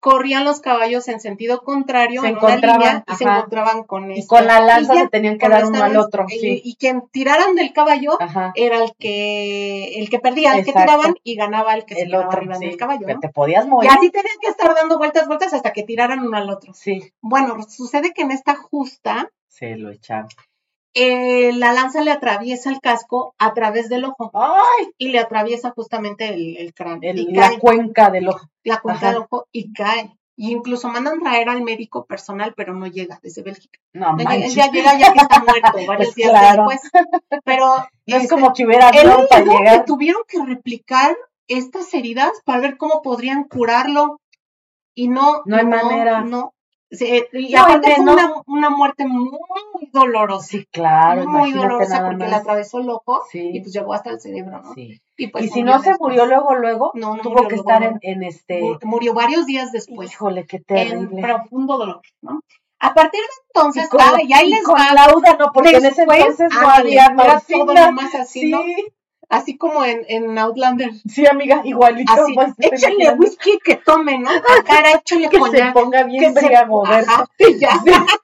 S2: corrían los caballos en sentido contrario,
S1: se
S2: en una línea, y
S1: ajá.
S2: se encontraban con
S1: y
S2: este,
S1: con la lanza
S2: y ya,
S1: se tenían que dar uno al otro,
S2: y,
S1: sí.
S2: y quien tiraran del caballo
S1: ajá.
S2: era el que el que perdía, el
S1: Exacto.
S2: que tiraban, y ganaba el que
S1: el
S2: se quedaba
S1: otro,
S2: arriba
S1: sí.
S2: del caballo,
S1: Pero
S2: ¿no?
S1: te podías morir.
S2: Y así tenían que estar dando vueltas, vueltas hasta que tiraran uno al otro.
S1: Sí.
S2: Bueno, sucede que en esta justa
S1: se lo echaban.
S2: Eh, la lanza le atraviesa el casco a través del ojo.
S1: ¡Ay!
S2: Y le atraviesa justamente el, el cráneo.
S1: El,
S2: y
S1: la
S2: cae.
S1: cuenca del ojo.
S2: La cuenca
S1: Ajá.
S2: del ojo y cae. Y incluso mandan traer al médico personal, pero no llega desde Bélgica.
S1: No,
S2: no
S1: manches.
S2: llega, ya llega ya que está muerto varios
S1: pues
S2: días
S1: claro.
S2: después. Pero
S1: no
S2: este,
S1: es como que hubiera
S2: él
S1: avión para
S2: dijo
S1: llegar.
S2: que tuvieron que replicar estas heridas para ver cómo podrían curarlo. Y no,
S1: no hay
S2: no,
S1: manera.
S2: No. Sí, y
S1: no,
S2: aparte fue
S1: no.
S2: una, una muerte muy dolorosa.
S1: Sí, claro,
S2: muy
S1: imagínate
S2: dolorosa
S1: nada
S2: porque
S1: más.
S2: le atravesó el ojo
S1: sí.
S2: y pues llegó hasta el cerebro, ¿no?
S1: Sí.
S2: Y, pues
S1: y si no se
S2: después.
S1: murió luego, luego,
S2: no, no
S1: tuvo
S2: murió
S1: que
S2: luego,
S1: estar
S2: luego.
S1: En, en este...
S2: Murió varios días después.
S1: Híjole, qué terrible.
S2: En profundo dolor, ¿no? A partir de entonces,
S1: y con,
S2: ah, y ahí
S1: y
S2: les
S1: con
S2: va.
S1: lauda, ¿no? Porque después, en ese entonces no había
S2: medicina. Todo nomás así,
S1: sí.
S2: ¿no? Así como en, en Outlander.
S1: Sí, amiga, igualito.
S2: Así,
S1: pues,
S2: échale whisky que tome, ¿no? A cara, échale
S1: que
S2: coñac,
S1: se ponga bien
S2: que
S1: briago,
S2: se, ajá, y ya.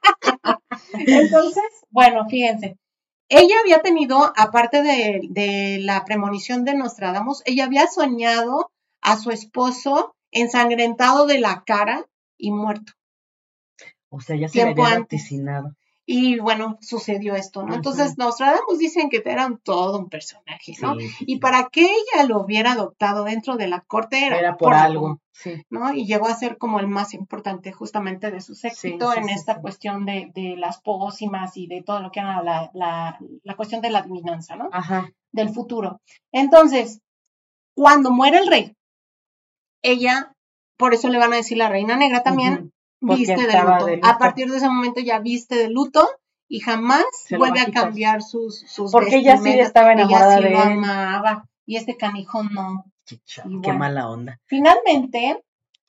S2: Entonces, bueno, fíjense. Ella había tenido, aparte de, de la premonición de Nostradamus, ella había soñado a su esposo ensangrentado de la cara y muerto.
S1: O sea, ya se le había vaticinado.
S2: Y bueno, sucedió esto, ¿no? Uh-huh. Entonces, Nostradamus dicen que eran todo un personaje, ¿no? Sí, sí, y sí. Para que ella lo hubiera adoptado dentro de la corte era,
S1: era por, por algo, algo,
S2: sí. ¿no? Y llegó a ser como el más importante justamente de su éxito sí, sí, en sí, esta sí. cuestión de, de las pócimas y de todo lo que era la, la, la cuestión de la adivinanza, ¿no?
S1: Ajá.
S2: Del futuro. Entonces, cuando muere el rey, ella, por eso le van a decir la reina negra también, uh-huh. Viste de luto. de luto. A partir de ese momento ya viste de luto y jamás vuelve a cambiar sus, sus
S1: porque ella sí estaba enamorada
S2: ella sí
S1: de
S2: lo
S1: él.
S2: amaba y este canijo no.
S1: Chicha, y qué bueno, mala onda.
S2: Finalmente,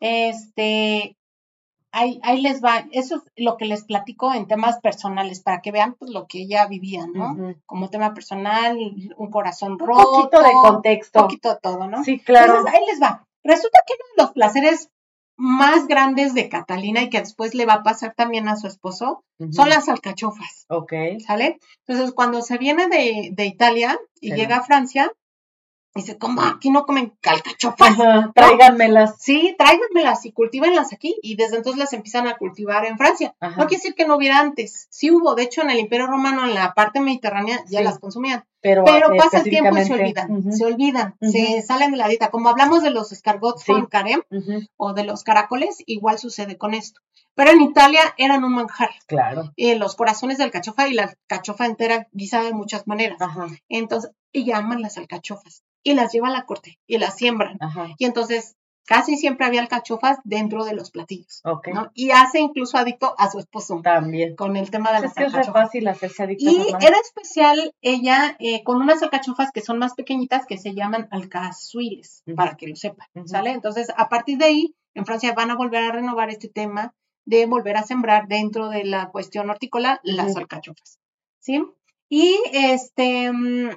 S2: este, ahí, ahí les va, eso es lo que les platico en temas personales para que vean pues lo que ella vivía, ¿no? Uh-huh. Como tema personal, un corazón roto.
S1: Un poquito de contexto.
S2: Un poquito de todo, ¿no?
S1: Sí, claro.
S2: Entonces ahí les va. Resulta que uno de los placeres más grandes de Catalina y que después le va a pasar también a su esposo, uh-huh. son las alcachofas.
S1: Ok.
S2: ¿Sale? Entonces, cuando se viene de, de Italia y sí. llega a Francia, dice, ¿cómo aquí no comen alcachofas?
S1: Uh-huh. Tráiganmelas.
S2: ¿No? Sí, tráiganmelas y cultívenlas aquí. Y desde entonces las empiezan a cultivar en Francia. Uh-huh. No quiere decir que no hubiera antes. Sí hubo, de hecho, en el Imperio Romano, en la parte mediterránea, ya sí. las consumían. Pero, Pero pasa el tiempo y se olvidan, uh-huh. se olvidan, uh-huh. se salen de la dieta. Como hablamos de los escargots sí. con carem uh-huh. o de los caracoles, igual sucede con esto. Pero en Italia eran un manjar.
S1: Claro.
S2: Eh, los corazones de alcachofa y la alcachofa entera guisada de muchas maneras.
S1: Ajá.
S2: Entonces, y aman las alcachofas y las llevan a la corte y las siembran.
S1: Ajá.
S2: Y entonces, casi siempre había alcachofas dentro de los platillos.
S1: Okay.
S2: ¿no? Y hace incluso adicto a su esposo.
S1: También.
S2: Con el tema de
S1: pues
S2: las
S1: es que
S2: alcachofas.
S1: Es re fácil hacerse adicto.
S2: Y era especial ella eh, con unas alcachofas que son más pequeñitas que se llaman alcazuiles, uh-huh. para que lo sepan, uh-huh. ¿sale? Entonces, a partir de ahí, en Francia van a volver a renovar este tema de volver a sembrar dentro de la cuestión hortícola uh-huh. las alcachofas, ¿sí? Y este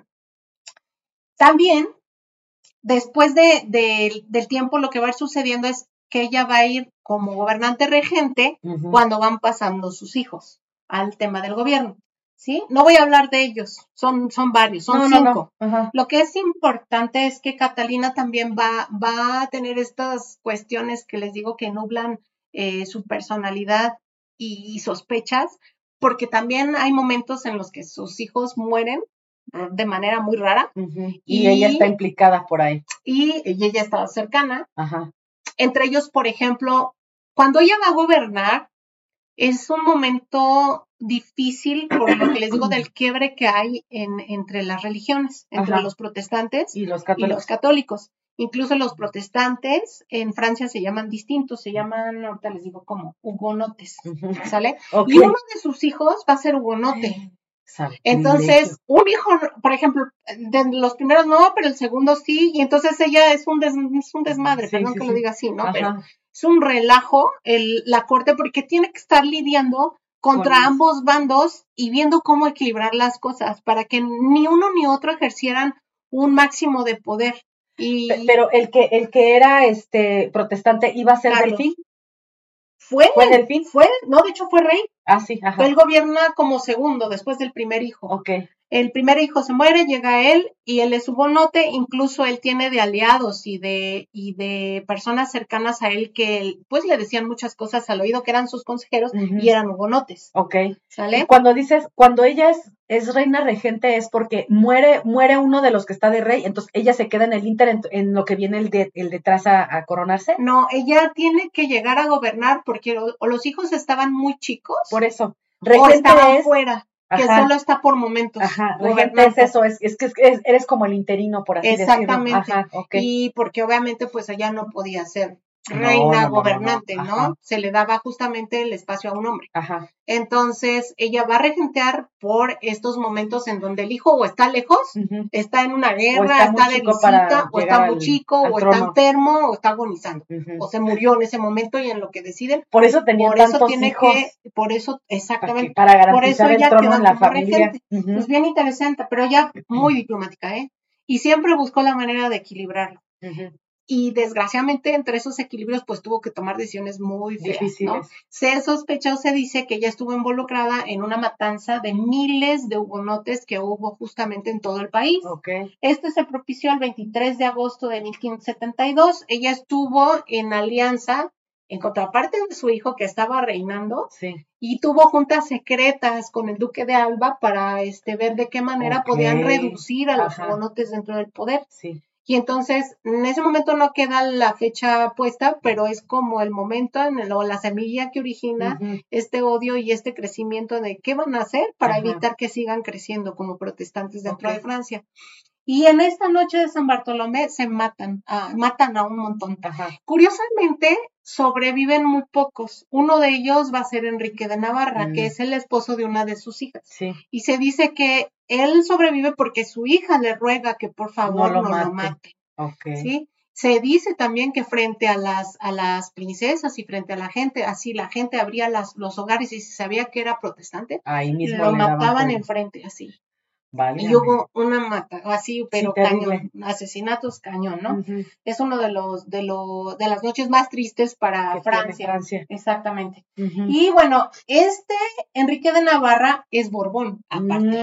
S2: también, después de, de, del tiempo, lo que va a ir sucediendo es que ella va a ir como gobernante regente uh-huh. cuando van pasando sus hijos al tema del gobierno, ¿sí? No voy a hablar de ellos, son, son varios, son
S1: no,
S2: cinco.
S1: No, no. Uh-huh.
S2: Lo que es importante es que Catalina también va, va a tener estas cuestiones que les digo que nublan eh, su personalidad y, y sospechas, porque también hay momentos en los que sus hijos mueren de manera muy rara.
S1: Uh-huh. Y, y ella está implicada por ahí.
S2: Y, y ella está cercana.
S1: Ajá.
S2: Entre ellos, por ejemplo, cuando ella va a gobernar, es un momento difícil por lo que les digo del quiebre que hay en, entre las religiones, entre
S1: Ajá.
S2: los protestantes
S1: y los, católicos.
S2: y los católicos. Incluso los protestantes en Francia se llaman distintos, se llaman, ahorita les digo como, hugonotes, uh-huh. ¿sale?
S1: Okay.
S2: Y uno de sus hijos va a ser hugonote.
S1: Sabe,
S2: entonces, un hijo, por ejemplo, de los primeros no, pero el segundo sí, y entonces ella es un, des, es un desmadre, sí, perdón sí, que sí. lo diga así, ¿no? Ajá. Pero es un relajo el, la corte porque tiene que estar lidiando contra bueno. ambos bandos y viendo cómo equilibrar las cosas para que ni uno ni otro ejercieran un máximo de poder. Y
S1: pero el que el que era este protestante iba a ser
S2: Carlos,
S1: delfín.
S2: Fue,
S1: ¿Fue Delfín?
S2: Fue, no, de hecho fue rey.
S1: Ah, sí, ajá.
S2: Él gobierna como segundo después del primer hijo.
S1: Ok.
S2: El primer hijo se muere, llega él y él es su bonote, incluso él tiene de aliados y de, y de personas cercanas a él que él, pues le decían muchas cosas al oído que eran sus consejeros uh-huh. y eran hugonotes.
S1: Ok.
S2: ¿Sale?
S1: Y cuando dices, cuando ella es, es reina regente es porque muere, muere uno de los que está de rey, entonces ella se queda en el ínter en, en lo que viene el de, el detrás a, a coronarse.
S2: No, ella tiene que llegar a gobernar porque o, o los hijos estaban muy chicos.
S1: Por eso.
S2: Regente o estaban es, fuera. Que ajá, solo está por momentos.
S1: Ajá, regente es eso, es, es que es, es, eres como el interino, por así
S2: Exactamente.
S1: decirlo. Exactamente.
S2: Okay. Y porque obviamente pues ella no podía ser reina no, no, gobernante, ¿no? no, no? Se le daba justamente el espacio a un hombre.
S1: Ajá.
S2: Entonces, ella va a regentear por estos momentos en donde el hijo o está lejos, uh-huh. está en una guerra, está, está de visita, o está muy chico, o
S1: trono.
S2: está enfermo, o está agonizando, uh-huh. o se murió en ese momento y en lo que deciden.
S1: Por eso tenía
S2: por
S1: tantos
S2: eso tiene
S1: hijos.
S2: Que, por eso, exactamente.
S1: Para, para garantizar
S2: por eso
S1: el trono en la familia.
S2: Uh-huh. Pues bien interesante, pero ella muy diplomática, ¿eh? Y siempre buscó la manera de equilibrarlo. Uh-huh. Y desgraciadamente entre esos equilibrios pues tuvo que tomar decisiones muy feas, difíciles. ¿No? Se sospecha o se dice que ella estuvo involucrada en una matanza de miles de hugonotes que hubo justamente en todo el país.
S1: Okay.
S2: Este se propició el veintitrés de agosto de mil quinientos setenta y dos. Ella estuvo en alianza en contraparte de su hijo que estaba reinando
S1: sí.
S2: y tuvo juntas secretas con el duque de Alba para este, ver de qué manera okay. podían reducir a los Ajá. hugonotes dentro del poder.
S1: Sí.
S2: Y entonces, en ese momento no queda la fecha puesta, pero es como el momento en el, o la semilla que origina uh-huh. este odio y este crecimiento de qué van a hacer para uh-huh. evitar que sigan creciendo como protestantes dentro okay. de Francia. Y en esta noche de San Bartolomé se matan, uh, matan a un montón.
S1: Ajá.
S2: Curiosamente, sobreviven muy pocos. Uno de ellos va a ser Enrique de Navarra, mm. que es el esposo de una de sus hijas.
S1: Sí.
S2: Y se dice que él sobrevive porque su hija le ruega que por favor
S1: no lo
S2: no
S1: mate.
S2: Lo mate.
S1: Okay.
S2: ¿Sí? Se dice también que frente a las, a las princesas y frente a la gente, así la gente abría las, los hogares y si sabía que era protestante,
S1: ahí mismo
S2: lo mataban enfrente, así.
S1: Vale,
S2: y hubo una mata, así, pero
S1: sí,
S2: cañón, asesinatos cañón, ¿no?
S1: Uh-huh.
S2: Es uno de los, de los, de las noches más tristes para Francia.
S1: Francia.
S2: Exactamente.
S1: Uh-huh.
S2: Y bueno, este Enrique de Navarra es Borbón, aparte.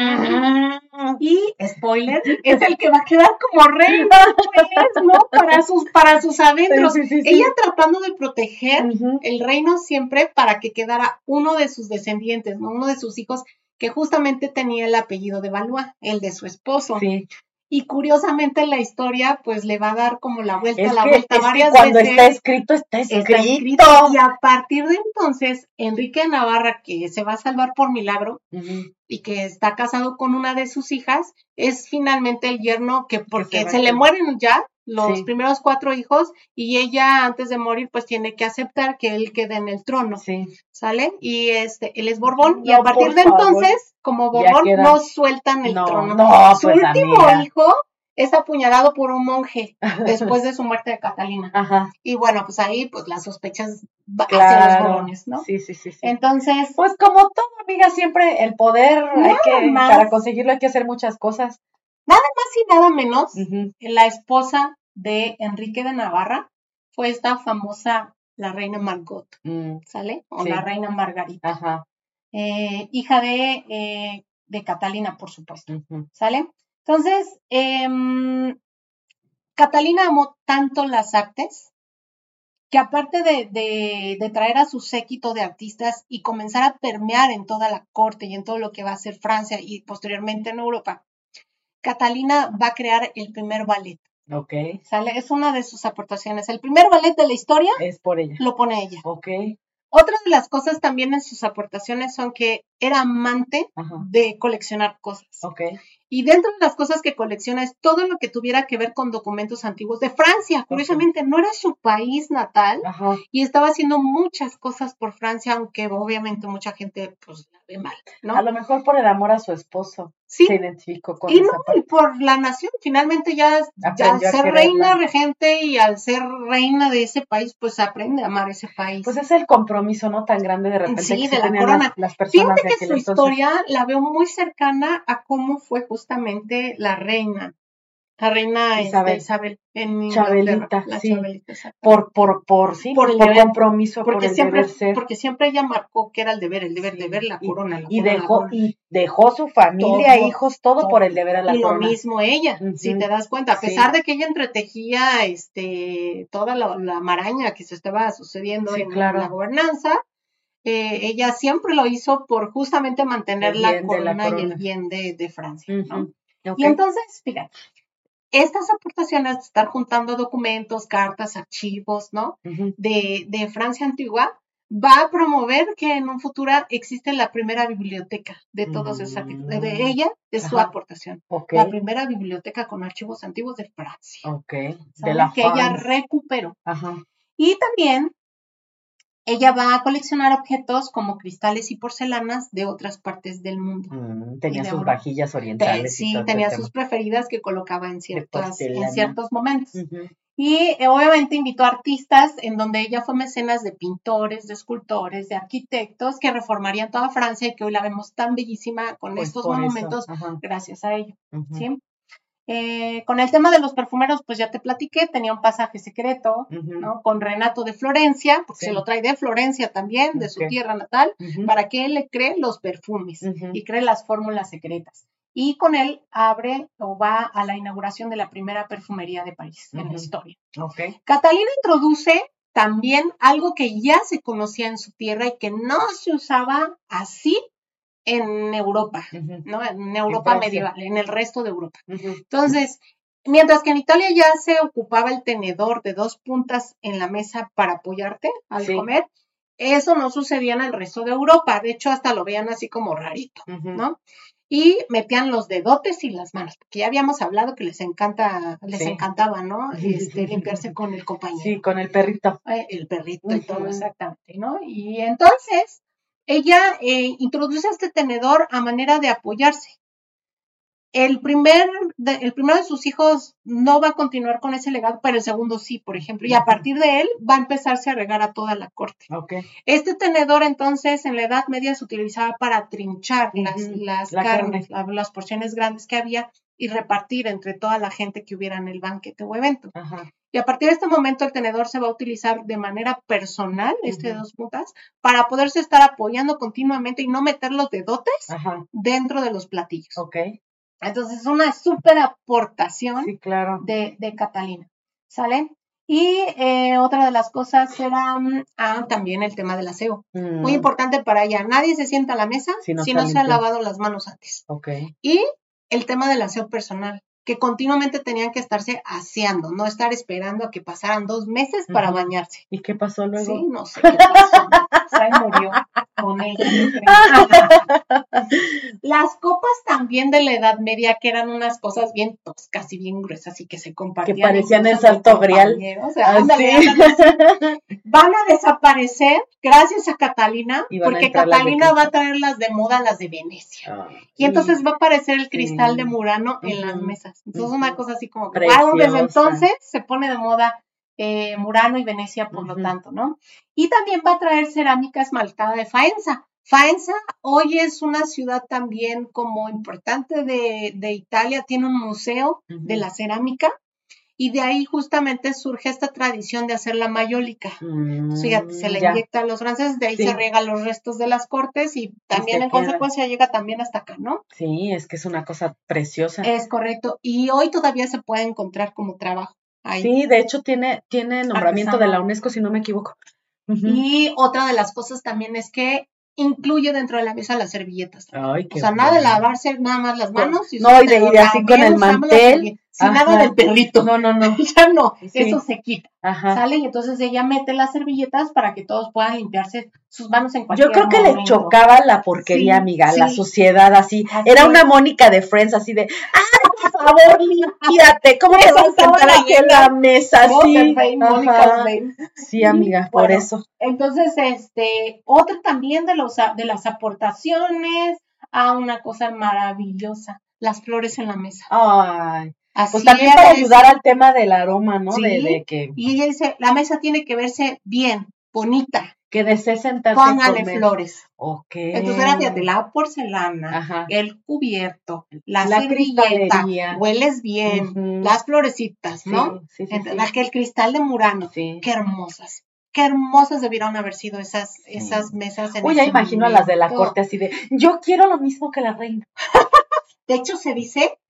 S2: Uh-huh. Y, spoiler, es el que va a quedar como rey, pues, ¿no? Para sus, para sus adentros.
S1: Sí, sí, sí,
S2: Ella
S1: sí.
S2: tratando de proteger
S1: uh-huh.
S2: el reino siempre para que quedara uno de sus descendientes, ¿no? Uno de sus hijos que justamente tenía el apellido de Valois, el de su esposo.
S1: Sí.
S2: Y curiosamente la historia pues le va a dar como la vuelta
S1: es
S2: la
S1: que,
S2: vuelta
S1: es
S2: varias
S1: que cuando
S2: veces.
S1: está escrito, está escrito.
S2: Está escrito. Y a partir de entonces, Enrique de Navarra, que se va a salvar por milagro
S1: uh-huh.
S2: y que está casado con una de sus hijas, es finalmente el yerno que porque
S1: que
S2: se, se le mueren ya los
S1: sí.
S2: primeros cuatro hijos y ella antes de morir pues tiene que aceptar que él quede en el trono,
S1: sí.
S2: ¿sale? Y este, él es Borbón
S1: no,
S2: y a partir de
S1: favor.
S2: entonces, como Borbón, no sueltan el
S1: no,
S2: trono.
S1: No,
S2: su
S1: pues,
S2: último
S1: amiga.
S2: hijo es apuñalado por un monje después de su muerte de Catalina.
S1: Ajá.
S2: Y bueno, pues ahí pues las sospechas
S1: claro.
S2: hacia los Borbones, ¿no?
S1: Sí, sí, sí, sí.
S2: Entonces,
S1: pues como todo, amiga, siempre el poder, hay que,
S2: más.
S1: para conseguirlo hay que hacer muchas cosas.
S2: Nada más y nada menos,
S1: uh-huh.
S2: la esposa de Enrique de Navarra fue esta famosa, la reina Margot,
S1: mm.
S2: ¿sale? O
S1: sí.
S2: la reina Margarita.
S1: Ajá.
S2: Eh, hija de, eh, de Catalina, por supuesto,
S1: uh-huh.
S2: ¿sale? Entonces, eh, Catalina amó tanto las artes que aparte de, de, de traer a su séquito de artistas y comenzar a permear en toda la corte y en todo lo que va a ser Francia y posteriormente en Europa, Catalina va a crear el primer ballet.
S1: Ok.
S2: ¿Sale? Es una de sus aportaciones. El primer ballet de la historia
S1: es por ella.
S2: Lo pone ella.
S1: Ok.
S2: Otra de las cosas también en sus aportaciones son que era amante
S1: Ajá.
S2: de coleccionar cosas.
S1: Ok.
S2: Y dentro de las cosas que colecciona es todo lo que tuviera que ver con documentos antiguos de Francia. Curiosamente, okay. no era su país natal.
S1: Ajá.
S2: Y estaba haciendo muchas cosas por Francia, aunque obviamente mucha gente pues la ve mal, ¿no?
S1: A lo mejor por el amor a su esposo.
S2: Sí.
S1: Se identificó con
S2: y
S1: esa
S2: no,
S1: parte.
S2: Y por la nación, finalmente ya, ya al ser reina regente y al ser reina de ese país, pues aprende a amar ese país.
S1: Pues es el compromiso, ¿no? Tan grande de repente
S2: sí,
S1: que
S2: de
S1: se
S2: la corona.
S1: Las, las personas
S2: Fíjate
S1: de
S2: que su
S1: entonces.
S2: historia la veo muy cercana a cómo fue justamente la reina. La reina
S1: Isabel,
S2: este, Isabel en
S1: Chabelita,
S2: la
S1: sí.
S2: Chabelita,
S1: por, por, por, sí, por, por
S2: deber,
S1: compromiso,
S2: porque
S1: por el
S2: siempre,
S1: deber ser.
S2: Porque siempre ella marcó que era el deber, el deber,
S1: Sí.
S2: deber, la
S1: y,
S2: corona, la
S1: y
S2: corona,
S1: dejó,
S2: la corona.
S1: y dejó su familia,
S2: todo,
S1: hijos, todo, todo por el deber a la
S2: y
S1: corona.
S2: Y lo mismo ella, uh-huh. Si te das cuenta, a pesar sí. de que ella entretejía este, toda la, la maraña que se estaba sucediendo sí, en, claro. en la gobernanza, eh, ella siempre lo hizo por justamente mantener la corona, la corona y el bien de, de Francia, uh-huh. ¿no? Okay. Y entonces, fíjate, estas aportaciones de estar juntando documentos, cartas, archivos, ¿no? Uh-huh. De, de Francia antigua, va a promover que en un futuro existe la primera biblioteca de todos esos archivos. Mm. De ella, de su Ajá. aportación. Okay. La primera biblioteca con archivos antiguos de Francia.
S1: Ok.
S2: De la que France. Ella recuperó.
S1: Ajá.
S2: Y también ella va a coleccionar objetos como cristales y porcelanas de otras partes del mundo.
S1: Mm, tenía sus Europa. Vajillas orientales.
S2: Sí,
S1: y todo
S2: tenía
S1: este
S2: sus tema. Preferidas que colocaba en, ciertas, en ciertos momentos.
S1: Uh-huh.
S2: Y eh, obviamente invitó a artistas en donde ella fue mecenas de pintores, de escultores, de arquitectos que reformarían toda Francia y que hoy la vemos tan bellísima con pues estos monumentos gracias a ello. Uh-huh. ¿Sí? Eh, con el tema de los perfumeros, pues ya te platiqué, tenía un pasaje secreto, uh-huh. ¿no? Con Renato de Florencia, porque sí. se lo trae de Florencia también, de okay. su tierra natal, uh-huh. para que él le cree los perfumes uh-huh. y cree las fórmulas secretas. Y con él abre o va a la inauguración de la primera perfumería de París uh-huh. en la historia.
S1: Okay.
S2: Catalina introduce también algo que ya se conocía en su tierra y que no se usaba así en Europa, uh-huh. ¿no? En Europa en medieval, en el resto de Europa. Uh-huh. Entonces, mientras que en Italia ya se ocupaba el tenedor de dos puntas en la mesa para apoyarte al sí. comer, eso no sucedía en el resto de Europa. De hecho, hasta lo veían así como rarito, uh-huh. ¿no? Y metían los dedotes y las manos, porque ya habíamos hablado que les encanta, les sí. encantaba, ¿no? Este, limpiarse con el compañero.
S1: Sí, con el perrito.
S2: Eh, el perrito uh-huh. y todo, exactamente, ¿no? Y entonces, ella eh, introduce este tenedor a manera de apoyarse. El, primer de, el primero de sus hijos no va a continuar con ese legado, pero el segundo sí, por ejemplo, y a partir de él va a empezarse a regar a toda la corte.
S1: Okay.
S2: Este tenedor entonces en la Edad Media se utilizaba para trinchar uh-huh. las, las la carnes, carne. la, las porciones grandes que había y repartir entre toda la gente que hubiera en el banquete o evento.
S1: Uh-huh.
S2: Y a partir de este momento el tenedor se va a utilizar de manera personal, uh-huh. este de dos puntas, para poderse estar apoyando continuamente y no meter los dedotes
S1: uh-huh.
S2: dentro de los platillos.
S1: Okay.
S2: Entonces es una súper aportación
S1: sí, claro.
S2: de, de Catalina, ¿sale? Y eh, otra de las cosas era ah, también el tema del aseo. Mm. Muy importante para ella. Nadie se sienta a la mesa si no, si no se ha lavado las manos antes.
S1: Okay.
S2: Y el tema del aseo personal, que continuamente tenían que estarse aseando, no estar esperando a que pasaran dos meses uh-huh. para bañarse.
S1: ¿Y qué pasó luego?
S2: Sí, no sé qué pasó. Se murió con ella. Las copas también de la Edad Media, que eran unas cosas bien toscas y bien gruesas y que se compartían.
S1: Que parecían el Santo Grial.
S2: O sea, ándale, ándale, van a desaparecer gracias a Catalina, porque Catalina va a traerlas de moda, las de Venecia. Ah, y entonces sí. va a aparecer el cristal sí. de Murano en uh-huh. las mesas. Entonces uh-huh. una cosa así como que, wow, desde entonces se pone de moda eh, Murano y Venecia, por uh-huh. lo tanto, ¿no? Y también va a traer cerámica esmaltada de Faenza. Faenza hoy es una ciudad también como importante de, de Italia, tiene un museo uh-huh. de la cerámica y de ahí justamente surge esta tradición de hacer la mayólica. Mm, Fíjate, se le ya. inyecta a los franceses, de ahí sí. se riega los restos de las cortes y también y en queda. consecuencia llega también hasta acá, ¿no?
S1: Sí, es que es una cosa preciosa.
S2: Es correcto, y hoy todavía se puede encontrar como trabajo ahí.
S1: Sí, de hecho tiene, tiene nombramiento Artesano. de la UNESCO, si no me equivoco.
S2: Uh-huh. Y otra de las cosas también es que incluye dentro de la mesa las servilletas.
S1: Ay, qué
S2: o sea, bueno. nada de lavarse nada más las manos. Y
S1: no, y de ir así con el mantel.
S2: Sin nada del perrito.
S1: No, no, no.
S2: Ya no,
S1: sí.
S2: eso se quita.
S1: Ajá.
S2: Sale y entonces ella mete las servilletas para que todos puedan limpiarse sus manos en cualquier
S1: Yo creo que
S2: momento.
S1: le chocaba la porquería, sí, amiga, sí. la suciedad así. así Era es. una Mónica de Friends así de, ¡ah, por favor, límpiate! ¿Cómo te vas a sentar aquí en la mesa? Sí, sí, amiga, bueno, por eso.
S2: Entonces, este, otra también de, los, de las aportaciones a una cosa maravillosa, las flores en la mesa.
S1: Ay. Así pues también para ayudar al tema del aroma, ¿no?
S2: Sí,
S1: de, de que...
S2: y ella dice, la mesa tiene que verse bien, bonita.
S1: Que desee sentarse
S2: Póngale
S1: a comer.
S2: flores.
S1: Ok.
S2: Entonces era, fíjate, la porcelana,
S1: Ajá.
S2: el cubierto, la,
S1: La
S2: servilleta,
S1: cristalería.
S2: hueles bien,
S1: Ujú.
S2: las florecitas,
S1: Sí,
S2: ¿no?
S1: sí, sí,
S2: Entonces,
S1: sí.
S2: aquel cristal de Murano,
S1: Sí.
S2: qué hermosas. Qué hermosas debieron haber sido esas,
S1: Sí.
S2: esas mesas en
S1: Uy, ya
S2: ese
S1: imagino a las de la
S2: momento.
S1: corte así de, yo quiero lo mismo que la reina.
S2: De hecho, se dice,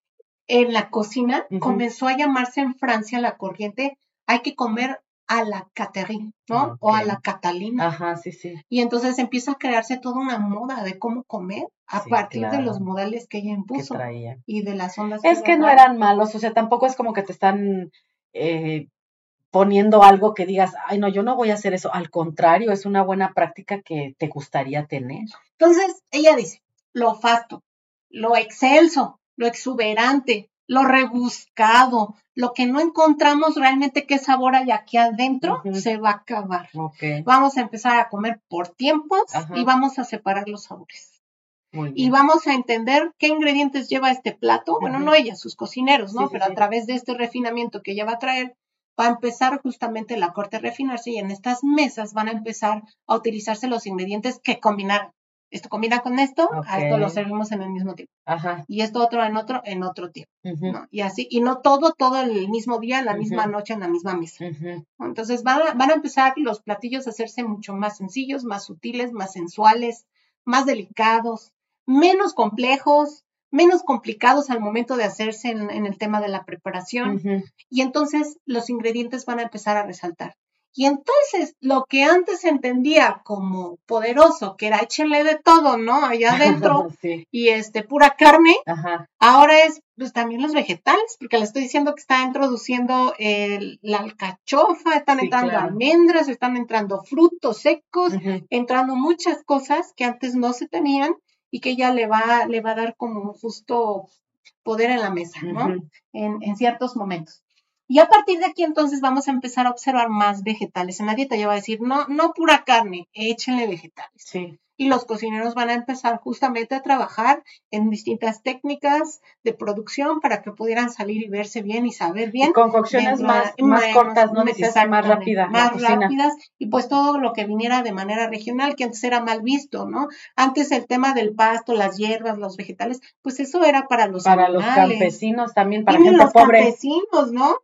S2: en la cocina,
S1: Ujú.
S2: comenzó a llamarse en Francia la corriente, hay que comer a la Catherine, ¿no?
S1: Ok.
S2: O a la Catalina.
S1: Ajá, sí, sí.
S2: Y entonces empieza a crearse toda una moda de cómo comer a
S1: Sí,
S2: partir de
S1: claro.
S2: los modales que ella
S1: Que
S2: impuso
S1: traía.
S2: y de las ondas
S1: Es que no
S2: trae.
S1: eran malos, o sea, tampoco es como que te están eh, poniendo algo que digas, ay, no, yo no voy a hacer eso. Al contrario, es una buena práctica que te gustaría tener.
S2: Entonces, ella dice, lo fasto, lo excelso, lo exuberante, lo rebuscado, lo que no encontramos realmente qué sabor hay aquí adentro,
S1: Ujú.
S2: se va a acabar.
S1: Ok.
S2: Vamos a empezar a comer por tiempos
S1: Ajá.
S2: y vamos a separar los sabores.
S1: Muy
S2: Y
S1: bien.
S2: vamos a entender qué ingredientes lleva este plato. Bueno,
S1: Ujú.
S2: no ella, sus cocineros, ¿no?
S1: Sí, sí,
S2: Pero
S1: sí.
S2: a través de este refinamiento que ella va a traer, va a empezar justamente la corte a refinarse y en estas mesas van a empezar a utilizarse los ingredientes que combinaron. Esto combina con esto, a esto lo
S1: Ok.
S2: servimos en el mismo tiempo.
S1: Ajá.
S2: Y esto otro en otro, en otro tiempo.
S1: Ujú.
S2: ¿no? Y así, y no todo, todo el mismo día, la
S1: Ujú.
S2: misma noche, en la misma mesa.
S1: Ujú.
S2: ¿no? Entonces van a, van a empezar los platillos a hacerse mucho más sencillos, más sutiles, más sensuales, más delicados, menos complejos, menos complicados al momento de hacerse en, en el tema de la preparación.
S1: Ujú.
S2: Y entonces los ingredientes van a empezar a resaltar. Y entonces lo que antes se entendía como poderoso, que era échenle de todo, ¿no? Allá adentro,
S1: Sí.
S2: y este, pura carne,
S1: Ajá.
S2: ahora es pues también los vegetales, porque le estoy diciendo que está introduciendo el, la alcachofa, están
S1: Sí,
S2: entrando
S1: claro.
S2: almendras, están entrando frutos secos,
S1: Ujú.
S2: entrando muchas cosas que antes no se tenían y que ella le va, le va a dar como un justo poder en la mesa, ¿no?
S1: Ujú.
S2: En, en ciertos momentos. Y a partir de aquí entonces vamos a empezar a observar más vegetales en la dieta. Ya va a decir, no, no pura carne, échenle vegetales.
S1: Sí.
S2: Y los cocineros van a empezar justamente a trabajar en distintas técnicas de producción para que pudieran salir y verse bien y saber bien.
S1: Y concocciones
S2: dentro
S1: más,
S2: de-
S1: más
S2: menos-
S1: cortas, ¿no? Dices, más
S2: exactamente,
S1: rápida la
S2: más
S1: cocina.
S2: rápidas y pues todo lo que viniera de manera regional, que antes era mal visto, ¿no? Antes el tema del pasto, las hierbas, los vegetales, pues eso era para los
S1: Para los
S2: animales.
S1: campesinos también, para
S2: Y ni
S1: gente
S2: los
S1: pobre.
S2: campesinos, ¿no?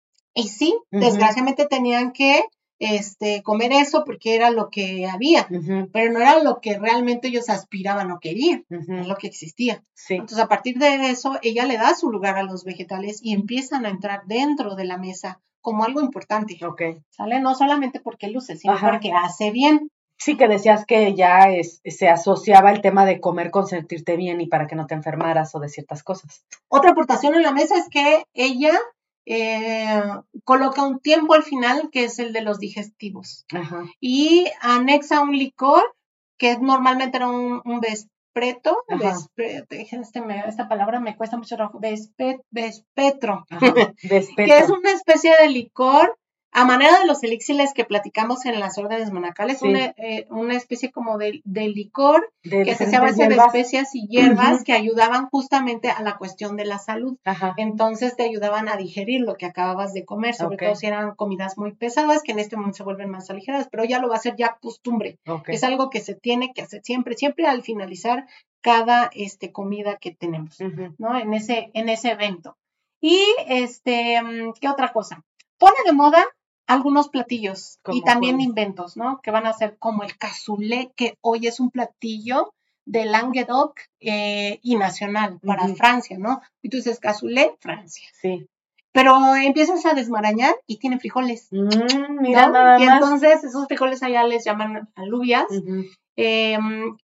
S2: Y sí,
S1: Ujú.
S2: desgraciadamente tenían que este, comer eso porque era lo que había,
S1: Ujú.
S2: pero no era lo que realmente ellos aspiraban o querían,
S1: Ujú.
S2: es lo que existía.
S1: Sí.
S2: Entonces, a partir de eso, ella le da su lugar a los vegetales y empiezan a entrar dentro de la mesa como algo importante,
S1: Ok.
S2: ¿sale? No solamente porque luce, sino
S1: Ajá.
S2: porque hace bien.
S1: Sí, que decías que ya es, se asociaba el tema de comer con sentirte bien y para que no te enfermaras o de ciertas cosas.
S2: Otra aportación en la mesa es que ella eh, coloca un tiempo al final que es el de los digestivos.
S1: Ajá.
S2: Y anexa un licor que normalmente era un, un vespreto,
S1: Ajá.
S2: vespre, este me, esta palabra me cuesta mucho trabajo, vespe, vespetro,
S1: Ajá.
S2: que es
S1: Despetro.
S2: una especie de licor a manera de los elixires que platicamos en las órdenes monacales,
S1: Sí.
S2: una, eh, una especie como de, de licor
S1: De
S2: que se hacía a
S1: diferentes
S2: base de
S1: hierbas.
S2: especias y hierbas
S1: Ujú.
S2: que ayudaban justamente a la cuestión de la salud.
S1: Ajá.
S2: Entonces te ayudaban a digerir lo que acababas de comer, sobre
S1: Ok.
S2: todo si eran comidas muy pesadas, que en este momento se vuelven más aligeras, pero ya lo va a ser ya costumbre.
S1: Ok.
S2: Es algo que se tiene que hacer siempre, siempre al finalizar cada este, comida que tenemos,
S1: Ujú.
S2: ¿no? En ese, en ese evento. Y, este, ¿qué otra cosa? Pone de moda algunos platillos y
S1: ¿Cómo
S2: también
S1: cuáles?
S2: inventos, ¿no? Que van a ser como el cassoulet, que hoy es un platillo de Languedoc eh, y nacional para
S1: Ujú.
S2: Francia, ¿no? Y tú dices cassoulet, Francia.
S1: Sí.
S2: Pero empiezas a desmarañar y tiene frijoles,
S1: Mm, mira
S2: ¿no?
S1: nada
S2: Y
S1: más.
S2: entonces esos frijoles allá les llaman alubias
S1: Ujú.
S2: eh,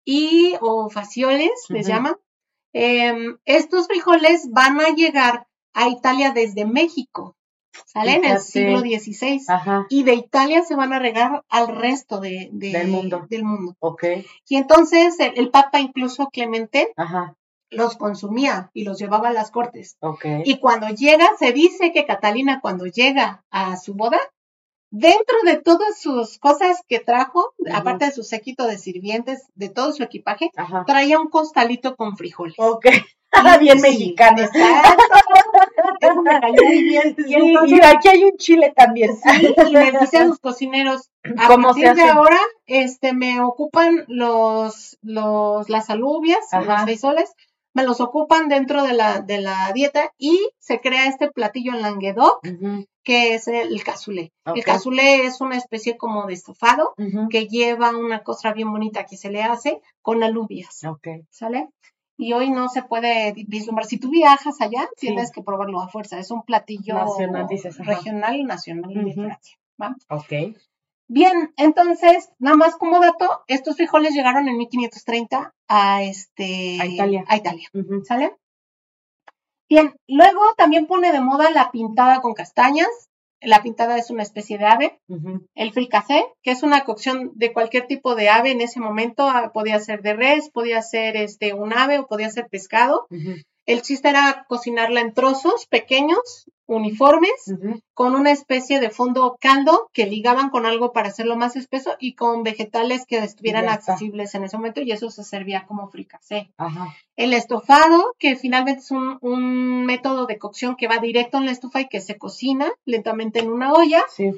S2: y o facioles les
S1: Ujú.
S2: llaman. Eh, estos frijoles van a llegar a Italia desde México, ¿sale? En el
S1: Fíjate.
S2: siglo dieciséis.
S1: Ajá.
S2: Y de Italia se van a regar al resto de, de-
S1: Del mundo.
S2: del mundo.
S1: Ok.
S2: Y entonces el, el Papa, incluso Clemente,
S1: Ajá.
S2: los consumía y los llevaba a las cortes.
S1: Ok.
S2: Y cuando llega, se dice que Catalina, cuando llega a su boda, dentro de todas sus cosas que trajo,
S1: Ujú.
S2: aparte de su séquito de sirvientes, de todo su equipaje,
S1: Ajá.
S2: traía un costalito con frijoles.
S1: Ok.
S2: Y-
S1: Bien
S2: sí,
S1: mexicana.
S2: exacto. Es un me cayó muy bien. Y,
S1: Sí,
S2: entonces,
S1: y aquí hay un chile también.
S2: sí, y les dice a los cocineros, a
S1: ¿Cómo se
S2: partir de
S1: hace?
S2: ahora, este, me ocupan los, los, las alubias,
S1: Ajá.
S2: los frisoles, me los ocupan dentro de la, de la dieta y se crea este platillo en Languedoc,
S1: Ujú,
S2: que es el cassoulet.
S1: Ok.
S2: El cassoulet es una especie como de estofado
S1: ujú,
S2: que lleva una cosa bien bonita que se le hace con alubias,
S1: Ok.
S2: ¿sale? Y hoy no se puede vislumbrar. Si tú viajas allá,
S1: Sí.
S2: tienes que probarlo a fuerza. Es un platillo
S1: Nacional, dices, ajá.
S2: regional, nacional de
S1: Ujú.
S2: Francia, ¿va?
S1: Ok.
S2: Bien, entonces, nada más como dato, estos frijoles llegaron en mil quinientos treinta a, este,
S1: A Italia.
S2: a Italia,
S1: Ujú,
S2: ¿sale? Bien, luego también pone de moda la pintada con castañas. La pintada es una especie de ave.
S1: ujú,
S2: El fricassé, que es una cocción de cualquier tipo de ave en ese momento, ah, podía ser de res, podía ser este, un ave o podía ser pescado.
S1: ujú,
S2: El chiste era cocinarla en trozos pequeños, uniformes,
S1: ujú.
S2: con una especie de fondo caldo que ligaban con algo para hacerlo más espeso y con vegetales que estuvieran
S1: Ya está.
S2: accesibles en ese momento, y eso se servía como fricassé.
S1: Ajá.
S2: El estofado, que finalmente es un, un método de cocción que va directo en la estufa y que se cocina lentamente en una olla.
S1: Sí.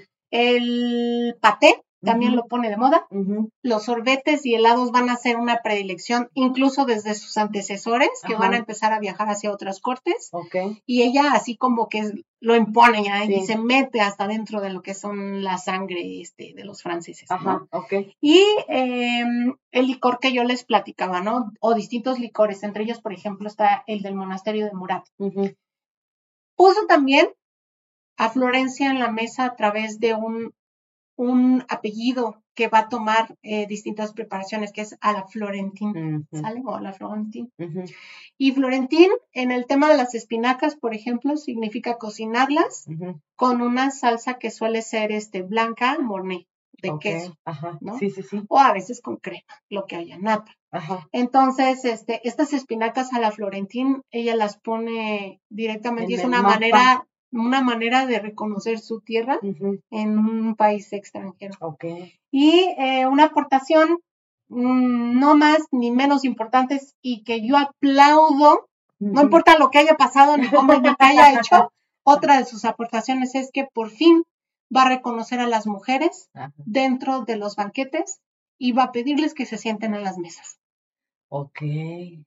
S2: El paté también
S1: Ujú,
S2: lo pone de moda.
S1: ujú,
S2: Los sorbetes y helados van a ser una predilección incluso desde sus antecesores, que
S1: Ajá.
S2: van a empezar a viajar hacia otras cortes.
S1: Ok.
S2: Y ella así como que es- lo impone ya, y
S1: Sí.
S2: se mete hasta dentro de lo que son la sangre este, de los franceses, ¿no?
S1: Ajá. Ok.
S2: Y eh, el licor que yo les platicaba, ¿no? O distintos licores, entre ellos, por ejemplo, está el del monasterio de Murat.
S1: Ujú,
S2: Puso también a Florencia en la mesa a través de un, un apellido que va a tomar eh, distintas preparaciones, que es a la Florentín,
S1: ujú,
S2: ¿sale? O a la Florentín.
S1: ujú.
S2: Y Florentín, en el tema de las espinacas, por ejemplo, significa cocinarlas
S1: Ujú,
S2: con una salsa que suele ser este, blanca, mornay, de
S1: Ok.
S2: queso,
S1: Ajá.
S2: ¿no?
S1: Sí, sí, sí.
S2: O a veces con crema, lo que haya, nata.
S1: Ajá.
S2: Entonces, este, estas espinacas a la Florentín, ella las pone directamente,
S1: En
S2: y es
S1: el
S2: una
S1: mapa.
S2: manera, una manera de reconocer su tierra
S1: Ujú,
S2: en un país extranjero.
S1: Ok.
S2: Y eh, una aportación mmm, no más ni menos importante y que yo aplaudo, no
S1: Ujú.
S2: importa lo que haya pasado ni cómo ni qué haya hecho, otra de sus aportaciones es que por fin va a reconocer a las mujeres
S1: Ajá.
S2: dentro de los banquetes y va a pedirles que se sienten en las mesas.
S1: Ok.
S2: Y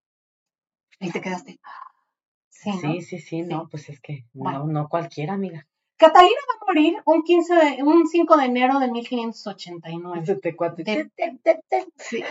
S2: te quedaste. Sí, ¿no?
S1: Sí, sí, sí, no,
S2: Sí.
S1: pues es que
S2: Bueno.
S1: no, no cualquiera, amiga.
S2: Catalina va a morir un, quince de, un cinco de enero de mil quinientos ochenta y nueve.
S1: Ese te cuate.
S2: De, sí,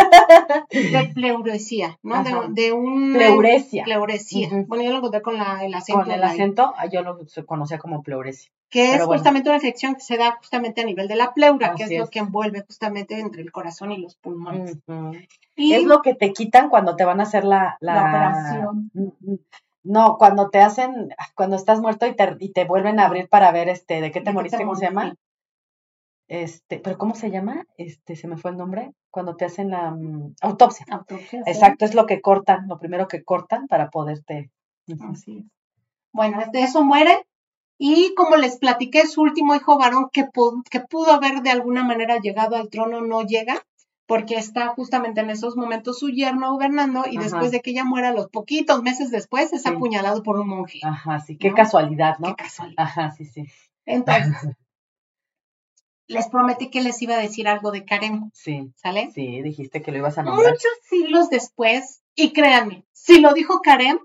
S2: de pleuresía, ¿no? De,
S1: Ajá.
S2: de un...
S1: Pleuresia.
S2: Pleuresía.
S1: Ujú.
S2: Bueno, yo lo encontré con la, el acento.
S1: Con el
S2: de ahí,
S1: acento, ah, yo lo se conocía como pleuresia.
S2: que
S1: Pero
S2: es
S1: bueno.
S2: justamente una infección que se da justamente a nivel de la pleura, que es,
S1: Así
S2: lo
S1: es.
S2: que envuelve justamente entre el corazón y los pulmones.
S1: Ujú.
S2: Y
S1: Es lo que te quitan cuando te van a hacer la, la...
S2: la operación.
S1: Mm, No, cuando te hacen, cuando estás muerto y te, y te vuelven a abrir para ver este, ¿de qué te
S2: ¿De qué
S1: moriste?
S2: te
S1: ¿Cómo se llama?
S2: moriste?
S1: Este, ¿pero cómo se llama? Este, se me fue el nombre. Cuando te hacen la mm, autopsia.
S2: Autopsia, ¿sí?
S1: Exacto, es lo que cortan, lo primero que cortan para poderte. Ujú.
S2: Así es. Bueno, de eso muere. Y como les platiqué, su último hijo varón que, pu- que pudo haber de alguna manera llegado al trono no llega, porque está justamente en esos momentos su yerno gobernando y
S1: Ajá.
S2: después de que ella muera, los poquitos meses después, es
S1: Sí.
S2: apuñalado por un monje.
S1: Ajá, sí, qué
S2: ¿No?
S1: casualidad, ¿no?
S2: Qué casualidad.
S1: Ajá, sí, sí.
S2: Entonces, les prometí que les iba a decir algo de Karen,
S1: Sí,
S2: ¿sale?
S1: sí, dijiste que lo ibas a nombrar.
S2: Muchos siglos después, y créanme, si lo dijo Karen,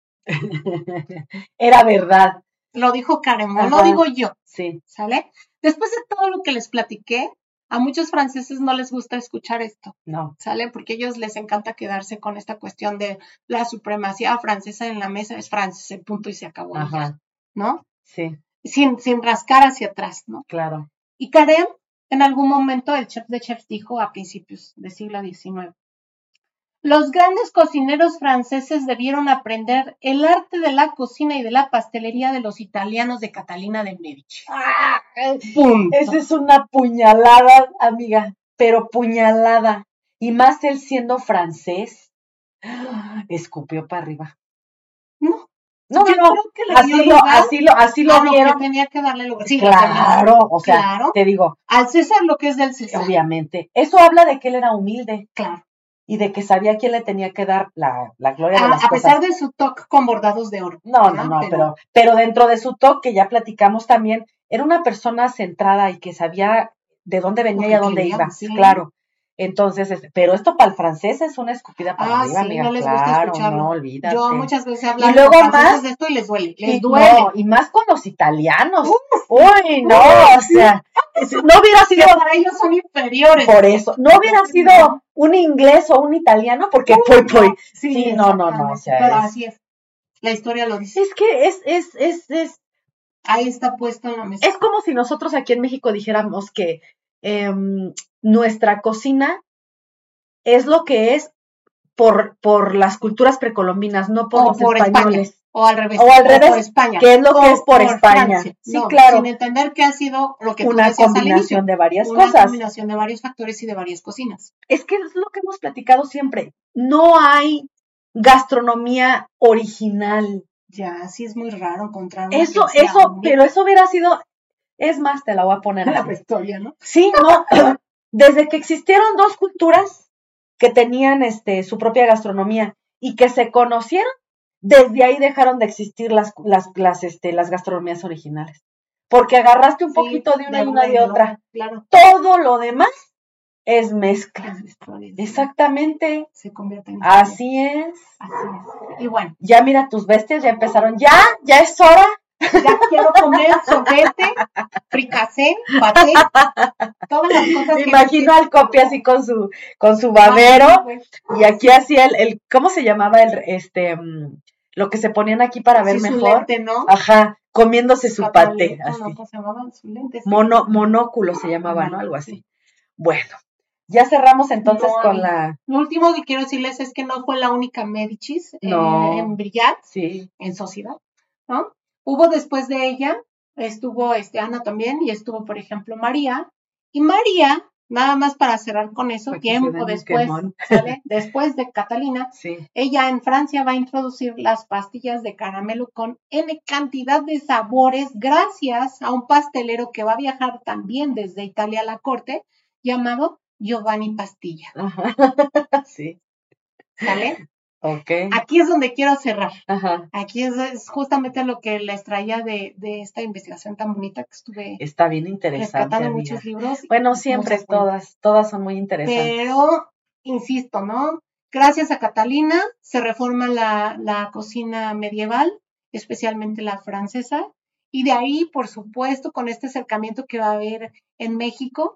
S1: Era verdad.
S2: lo dijo Karen, no lo
S1: Ajá.
S2: digo yo,
S1: Sí,
S2: ¿sale? Después de todo lo que les platiqué, a muchos franceses no les gusta escuchar esto,
S1: no.
S2: ¿sale? Porque a ellos les encanta quedarse con esta cuestión de la supremacía francesa en la mesa, es francés, el punto y se acabó, y ya,
S1: Ajá,
S2: ¿no?
S1: sí,
S2: Sin, sin rascar hacia atrás, ¿no?
S1: claro.
S2: Y Karen, en algún momento, el chef de chefs dijo a principios del siglo diecinueve, los grandes cocineros franceses debieron aprender el arte de la cocina y de la pastelería de los italianos de Catalina de Medici.
S1: ¡Ah!
S2: Punto.
S1: Esa es una puñalada, amiga, pero puñalada. Y más él siendo francés, escupió para arriba.
S2: No.
S1: No,
S2: Yo
S1: no,
S2: creo que le
S1: así
S2: dio
S1: lo,
S2: lugar
S1: así lo, así lo
S2: a lo
S1: vieron.
S2: que tenía que darle lugar. Sí,
S1: claro, o sea,
S2: claro.
S1: te digo,
S2: Al César lo que es del César.
S1: obviamente. Eso habla de que él era humilde.
S2: Claro.
S1: y de que sabía quién le tenía que dar la, la gloria de
S2: A,
S1: las
S2: a
S1: cosas.
S2: pesar de su toque con bordados de oro.
S1: No, no,
S2: ¿verdad?
S1: no,
S2: Pero-
S1: pero, pero dentro de su toque, ya platicamos también, era una persona centrada y que sabía de dónde venía y
S2: que
S1: a dónde
S2: quería,
S1: iba,
S2: sí.
S1: claro. Entonces, este, pero esto para el francés es una escupida para
S2: Ah,
S1: arriba,
S2: sí,
S1: amiga,
S2: no les gusta
S1: claro,
S2: escucharlo.
S1: no, olvídate.
S2: Yo muchas veces he hablado
S1: Y luego
S2: con franceses
S1: más-
S2: de esto y les duele, les
S1: Y,
S2: duele.
S1: no, y más con los italianos.
S2: Uf,
S1: Uy, no,
S2: uf,
S1: o sea, es- no hubiera sido
S2: Pero para ellos son inferiores.
S1: por eso, no hubiera
S2: Entonces,
S1: sido
S2: no.
S1: un inglés o un italiano, porque poi poi.
S2: Sí,
S1: Sí, no, no, no, o
S2: exactamente.
S1: sea,
S2: Pero
S1: es-
S2: así es. La historia lo dice.
S1: Es que es, es, es, es,
S2: Ahí está puesto en la mesa.
S1: es como si nosotros aquí en México dijéramos que em, nuestra cocina es lo que es por, por las culturas precolombinas, no por
S2: o
S1: los
S2: por
S1: españoles.
S2: España. O al revés.
S1: O al revés,
S2: por España.
S1: que es lo que
S2: o
S1: es por España.
S2: Francia.
S1: Sí,
S2: No,
S1: claro.
S2: Sin entender que ha sido lo que tú
S1: Una
S2: decías al inicio.
S1: combinación de varias
S2: Una
S1: cosas.
S2: combinación de varios factores y de varias cocinas.
S1: Es que es lo que hemos platicado siempre. No hay gastronomía original.
S2: Ya, sí es muy raro encontrar una
S1: Eso,
S2: que sea
S1: eso,
S2: única.
S1: pero eso hubiera sido, es más, te la voy a poner
S2: La
S1: así.
S2: historia, ¿no?
S1: Sí, no, desde que existieron dos culturas que tenían este su propia gastronomía y que se conocieron, desde ahí dejaron de existir las, las, las, este, las gastronomías originales. Porque agarraste un
S2: Sí,
S1: poquito de una y
S2: de
S1: una
S2: y
S1: de
S2: de
S1: otra.
S2: Claro.
S1: Todo lo demás es mezcla.
S2: Las historias.
S1: Exactamente.
S2: Se convierten en historias.
S1: Así es.
S2: Así es. Y bueno,
S1: Ya mira, tus bestias ya empezaron. Ya, ya es hora.
S2: ya quiero comer sorbete, fricasé, paté, todas las cosas
S1: Me
S2: que
S1: imagino al copia así con su, con su babero.
S2: Ah, pues,
S1: Y aquí hacía el, el, ¿cómo se llamaba el, este, mm, lo que se ponían aquí para ver
S2: sí, su
S1: mejor?
S2: lente, ¿no?
S1: Ajá, comiéndose su paté,
S2: Catalejo,
S1: así.
S2: ¿no? ¿Cómo se llamaban sus lentes? Sí.
S1: Mono, monóculo se llamaba,
S2: Ajá,
S1: ¿no? Algo así.
S2: sí.
S1: Bueno, ya cerramos entonces
S2: No,
S1: con
S2: amiga.
S1: la,
S2: Lo último que quiero decirles es que no fue la única Médicis eh,
S1: No.
S2: en brillar
S1: sí,
S2: en sociedad, ¿no? Hubo después de ella, estuvo este, Ana también, y estuvo, por ejemplo, María. Y María, nada más para cerrar con eso,
S1: Para que se
S2: tiempo
S1: den un
S2: después,
S1: quemón.
S2: ¿sale? Después de Catalina,
S1: sí.
S2: ella en Francia va a introducir las pastillas de caramelo con N cantidad de sabores gracias a un pastelero que va a viajar también desde Italia a la corte, llamado Giovanni Pastilla,
S1: Ajá. sí.
S2: ¿sale?
S1: Ok.
S2: Aquí es donde quiero cerrar.
S1: Ajá.
S2: Aquí es, es justamente lo que les traía de, de esta investigación tan bonita que estuve
S1: Está bien interesante,
S2: rescatando en
S1: amiga.
S2: muchos libros.
S1: Bueno, siempre
S2: muchas fuentes.
S1: todas, todas son muy interesantes.
S2: Pero, insisto, ¿no? Gracias a Catalina se reforma la, la cocina medieval, especialmente la francesa, y de ahí, por supuesto, con este acercamiento que va a haber en México,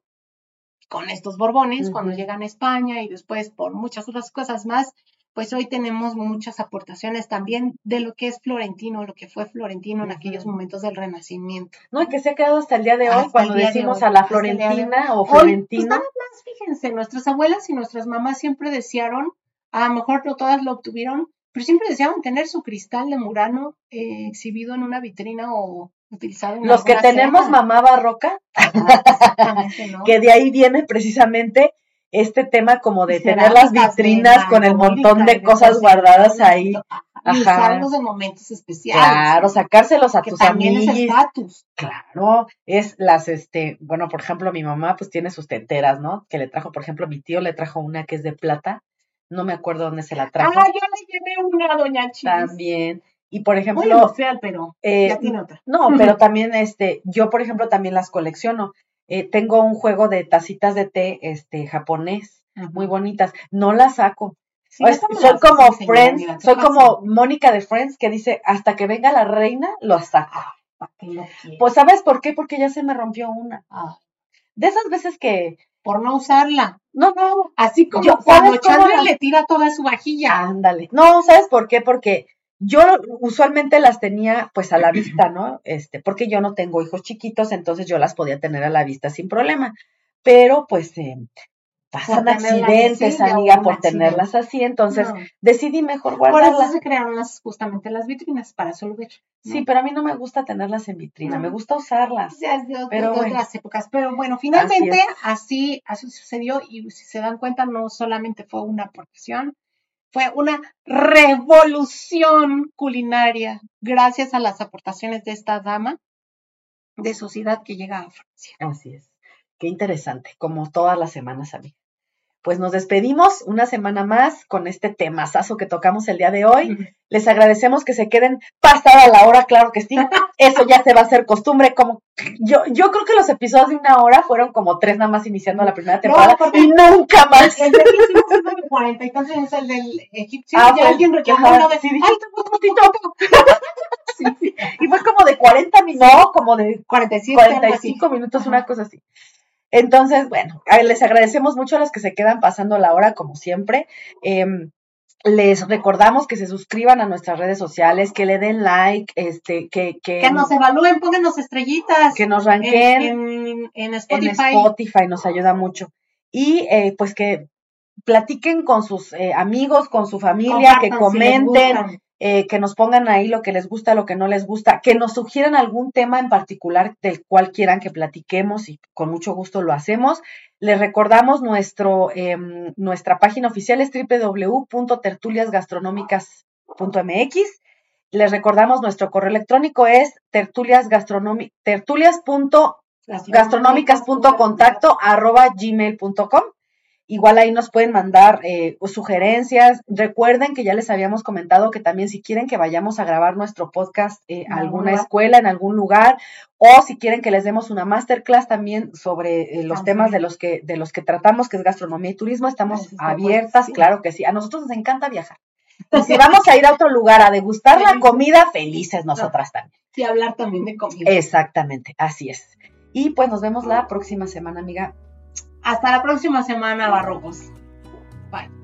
S2: con estos Borbones,
S1: Ujú.
S2: cuando llegan a España y después por muchas otras cosas más, pues hoy tenemos muchas aportaciones también de lo que es florentino, lo que fue florentino en
S1: Ujú.
S2: aquellos momentos del Renacimiento.
S1: No, y que se ha quedado hasta el día de hoy,
S2: Hasta
S1: cuando
S2: el día de
S1: decimos
S2: hoy,
S1: a la
S2: hasta el día de
S1: florentina o
S2: Hoy, pues
S1: florentino.
S2: nada más, fíjense, nuestras abuelas y nuestras mamás siempre desearon, a lo mejor no todas lo obtuvieron, pero siempre deseaban tener su cristal de Murano eh, exhibido en una vitrina o utilizado en
S1: Los que
S2: alguna
S1: tenemos
S2: cena.
S1: mamá barroca,
S2: Ah, exactamente, ¿no?
S1: que de ahí viene precisamente este tema como de tener las
S2: Cerámicas de
S1: vitrinas con el
S2: Manolita
S1: montón
S2: y
S1: de cosas guardadas ahí.
S2: Y
S1: Ajá.
S2: usarlos en momentos especiales.
S1: Claro, sacárselos a
S2: que
S1: tus
S2: también es
S1: amigos.
S2: estatus.
S1: Claro, es las, este, bueno, por ejemplo, mi mamá pues tiene sus teteras, ¿no? Que le trajo, por ejemplo, mi tío le trajo una que es de plata, no me acuerdo dónde se la trajo.
S2: Ah, yo le llevé una a Doña Chis.
S1: También. Y por ejemplo,
S2: muy industrial, pero
S1: eh,
S2: ya tiene otra.
S1: No, pero también, este, yo por ejemplo también las colecciono. Eh, tengo un juego de tacitas de té, este, japonés,
S2: Ajá.
S1: muy bonitas. No las saco.
S2: Sí,
S1: Pues,
S2: eso me
S1: soy
S2: las
S1: como
S2: hace enseñar,
S1: Friends,
S2: mira, ¿qué
S1: soy
S2: pasa?
S1: como Mónica de Friends que dice, hasta que venga la reina, lo saco.
S2: ¿Para qué lo quiero?
S1: Pues, ¿sabes por qué? Porque ya se me rompió una.
S2: Ah,
S1: De esas veces que,
S2: por no usarla.
S1: no, no,
S2: Así como
S1: Yo-
S2: cuando
S1: ¿sabes cómo
S2: Chandler
S1: la-
S2: le tira toda su vajilla.
S1: ándale. No, ¿sabes por qué? Porque yo usualmente las tenía pues a la vista, ¿no? Este, porque yo no tengo hijos chiquitos, entonces yo las podía tener a la vista sin problema. Pero pues eh, pasan
S2: Por tenerlas
S1: accidentes,
S2: así,
S1: amiga,
S2: un
S1: por
S2: accidente.
S1: tenerlas así, entonces
S2: No.
S1: decidí mejor
S2: Por eso
S1: guardarlas.
S2: se crearon las, justamente las vitrinas, para solo ver. ¿no?
S1: Sí, pero a mí no me gusta tenerlas en vitrina,
S2: No.
S1: me gusta usarlas.
S2: Ya es de, de-
S1: Pero
S2: de
S1: bueno.
S2: otras épocas. Pero bueno, finalmente
S1: Así
S2: así, así sucedió y si se dan cuenta no solamente fue una aportación, fue una revolución culinaria gracias a las aportaciones de esta dama de sociedad que llega a Francia.
S1: Así es. Qué interesante, como todas las semanas, amiga. pues nos despedimos una semana más con este temazazo que tocamos el día de hoy. Uh-huh. Les agradecemos que se queden pasada la hora, claro que sí. Eso ya se va a hacer costumbre. Como yo, yo creo que los episodios de una hora fueron como tres nada más iniciando la primera temporada no, y nunca más.
S2: El de cuarenta y tantos es el del egipcio. Ah, ya alguien reclamó una vez. Sí, ¡ay, tu putito!
S1: Sí, sí. Y fue como de cuarenta minutos, no, como de cuarenta y siete, cuarenta y cinco minutos, ajá, una cosa así. Entonces, bueno, les agradecemos mucho a los que se quedan pasando la hora, como siempre. Eh, les recordamos que se suscriban a nuestras redes sociales, que le den like, este, que... Que,
S2: que nos evalúen, pónganos estrellitas.
S1: Que nos ranqueen.
S2: En, en, en Spotify.
S1: En Spotify nos ayuda mucho. Y eh, pues que platiquen con sus eh, amigos, con su familia, compartan, que comenten. Si Eh, que nos pongan ahí lo que les gusta, lo que no les gusta, que nos sugieran algún tema en particular del cual quieran que platiquemos y con mucho gusto lo hacemos. Les recordamos nuestro, eh, nuestra página oficial es doble u doble u doble u punto tertulias gastronómicas punto m x. Les recordamos nuestro correo electrónico es tertulias punto gastronómicas punto contacto arroba gmail punto com. Igual ahí nos pueden mandar eh, sugerencias. Recuerden que ya les habíamos comentado que también si quieren que vayamos a grabar nuestro podcast eh, a alguna lugar. escuela, en algún lugar, o si quieren que les demos una masterclass también sobre eh, los ah, temas sí. de los que de los que tratamos, que es gastronomía y turismo, estamos sí, abiertas, sí. Claro que sí. A nosotros nos encanta viajar. Y si vamos a ir a otro lugar a degustar la comida, felices nosotras no. también.
S2: Sí, hablar también de comida.
S1: Exactamente, así es. Y pues nos vemos la próxima semana, amiga.
S2: Hasta la próxima semana, Barrocos. Bye.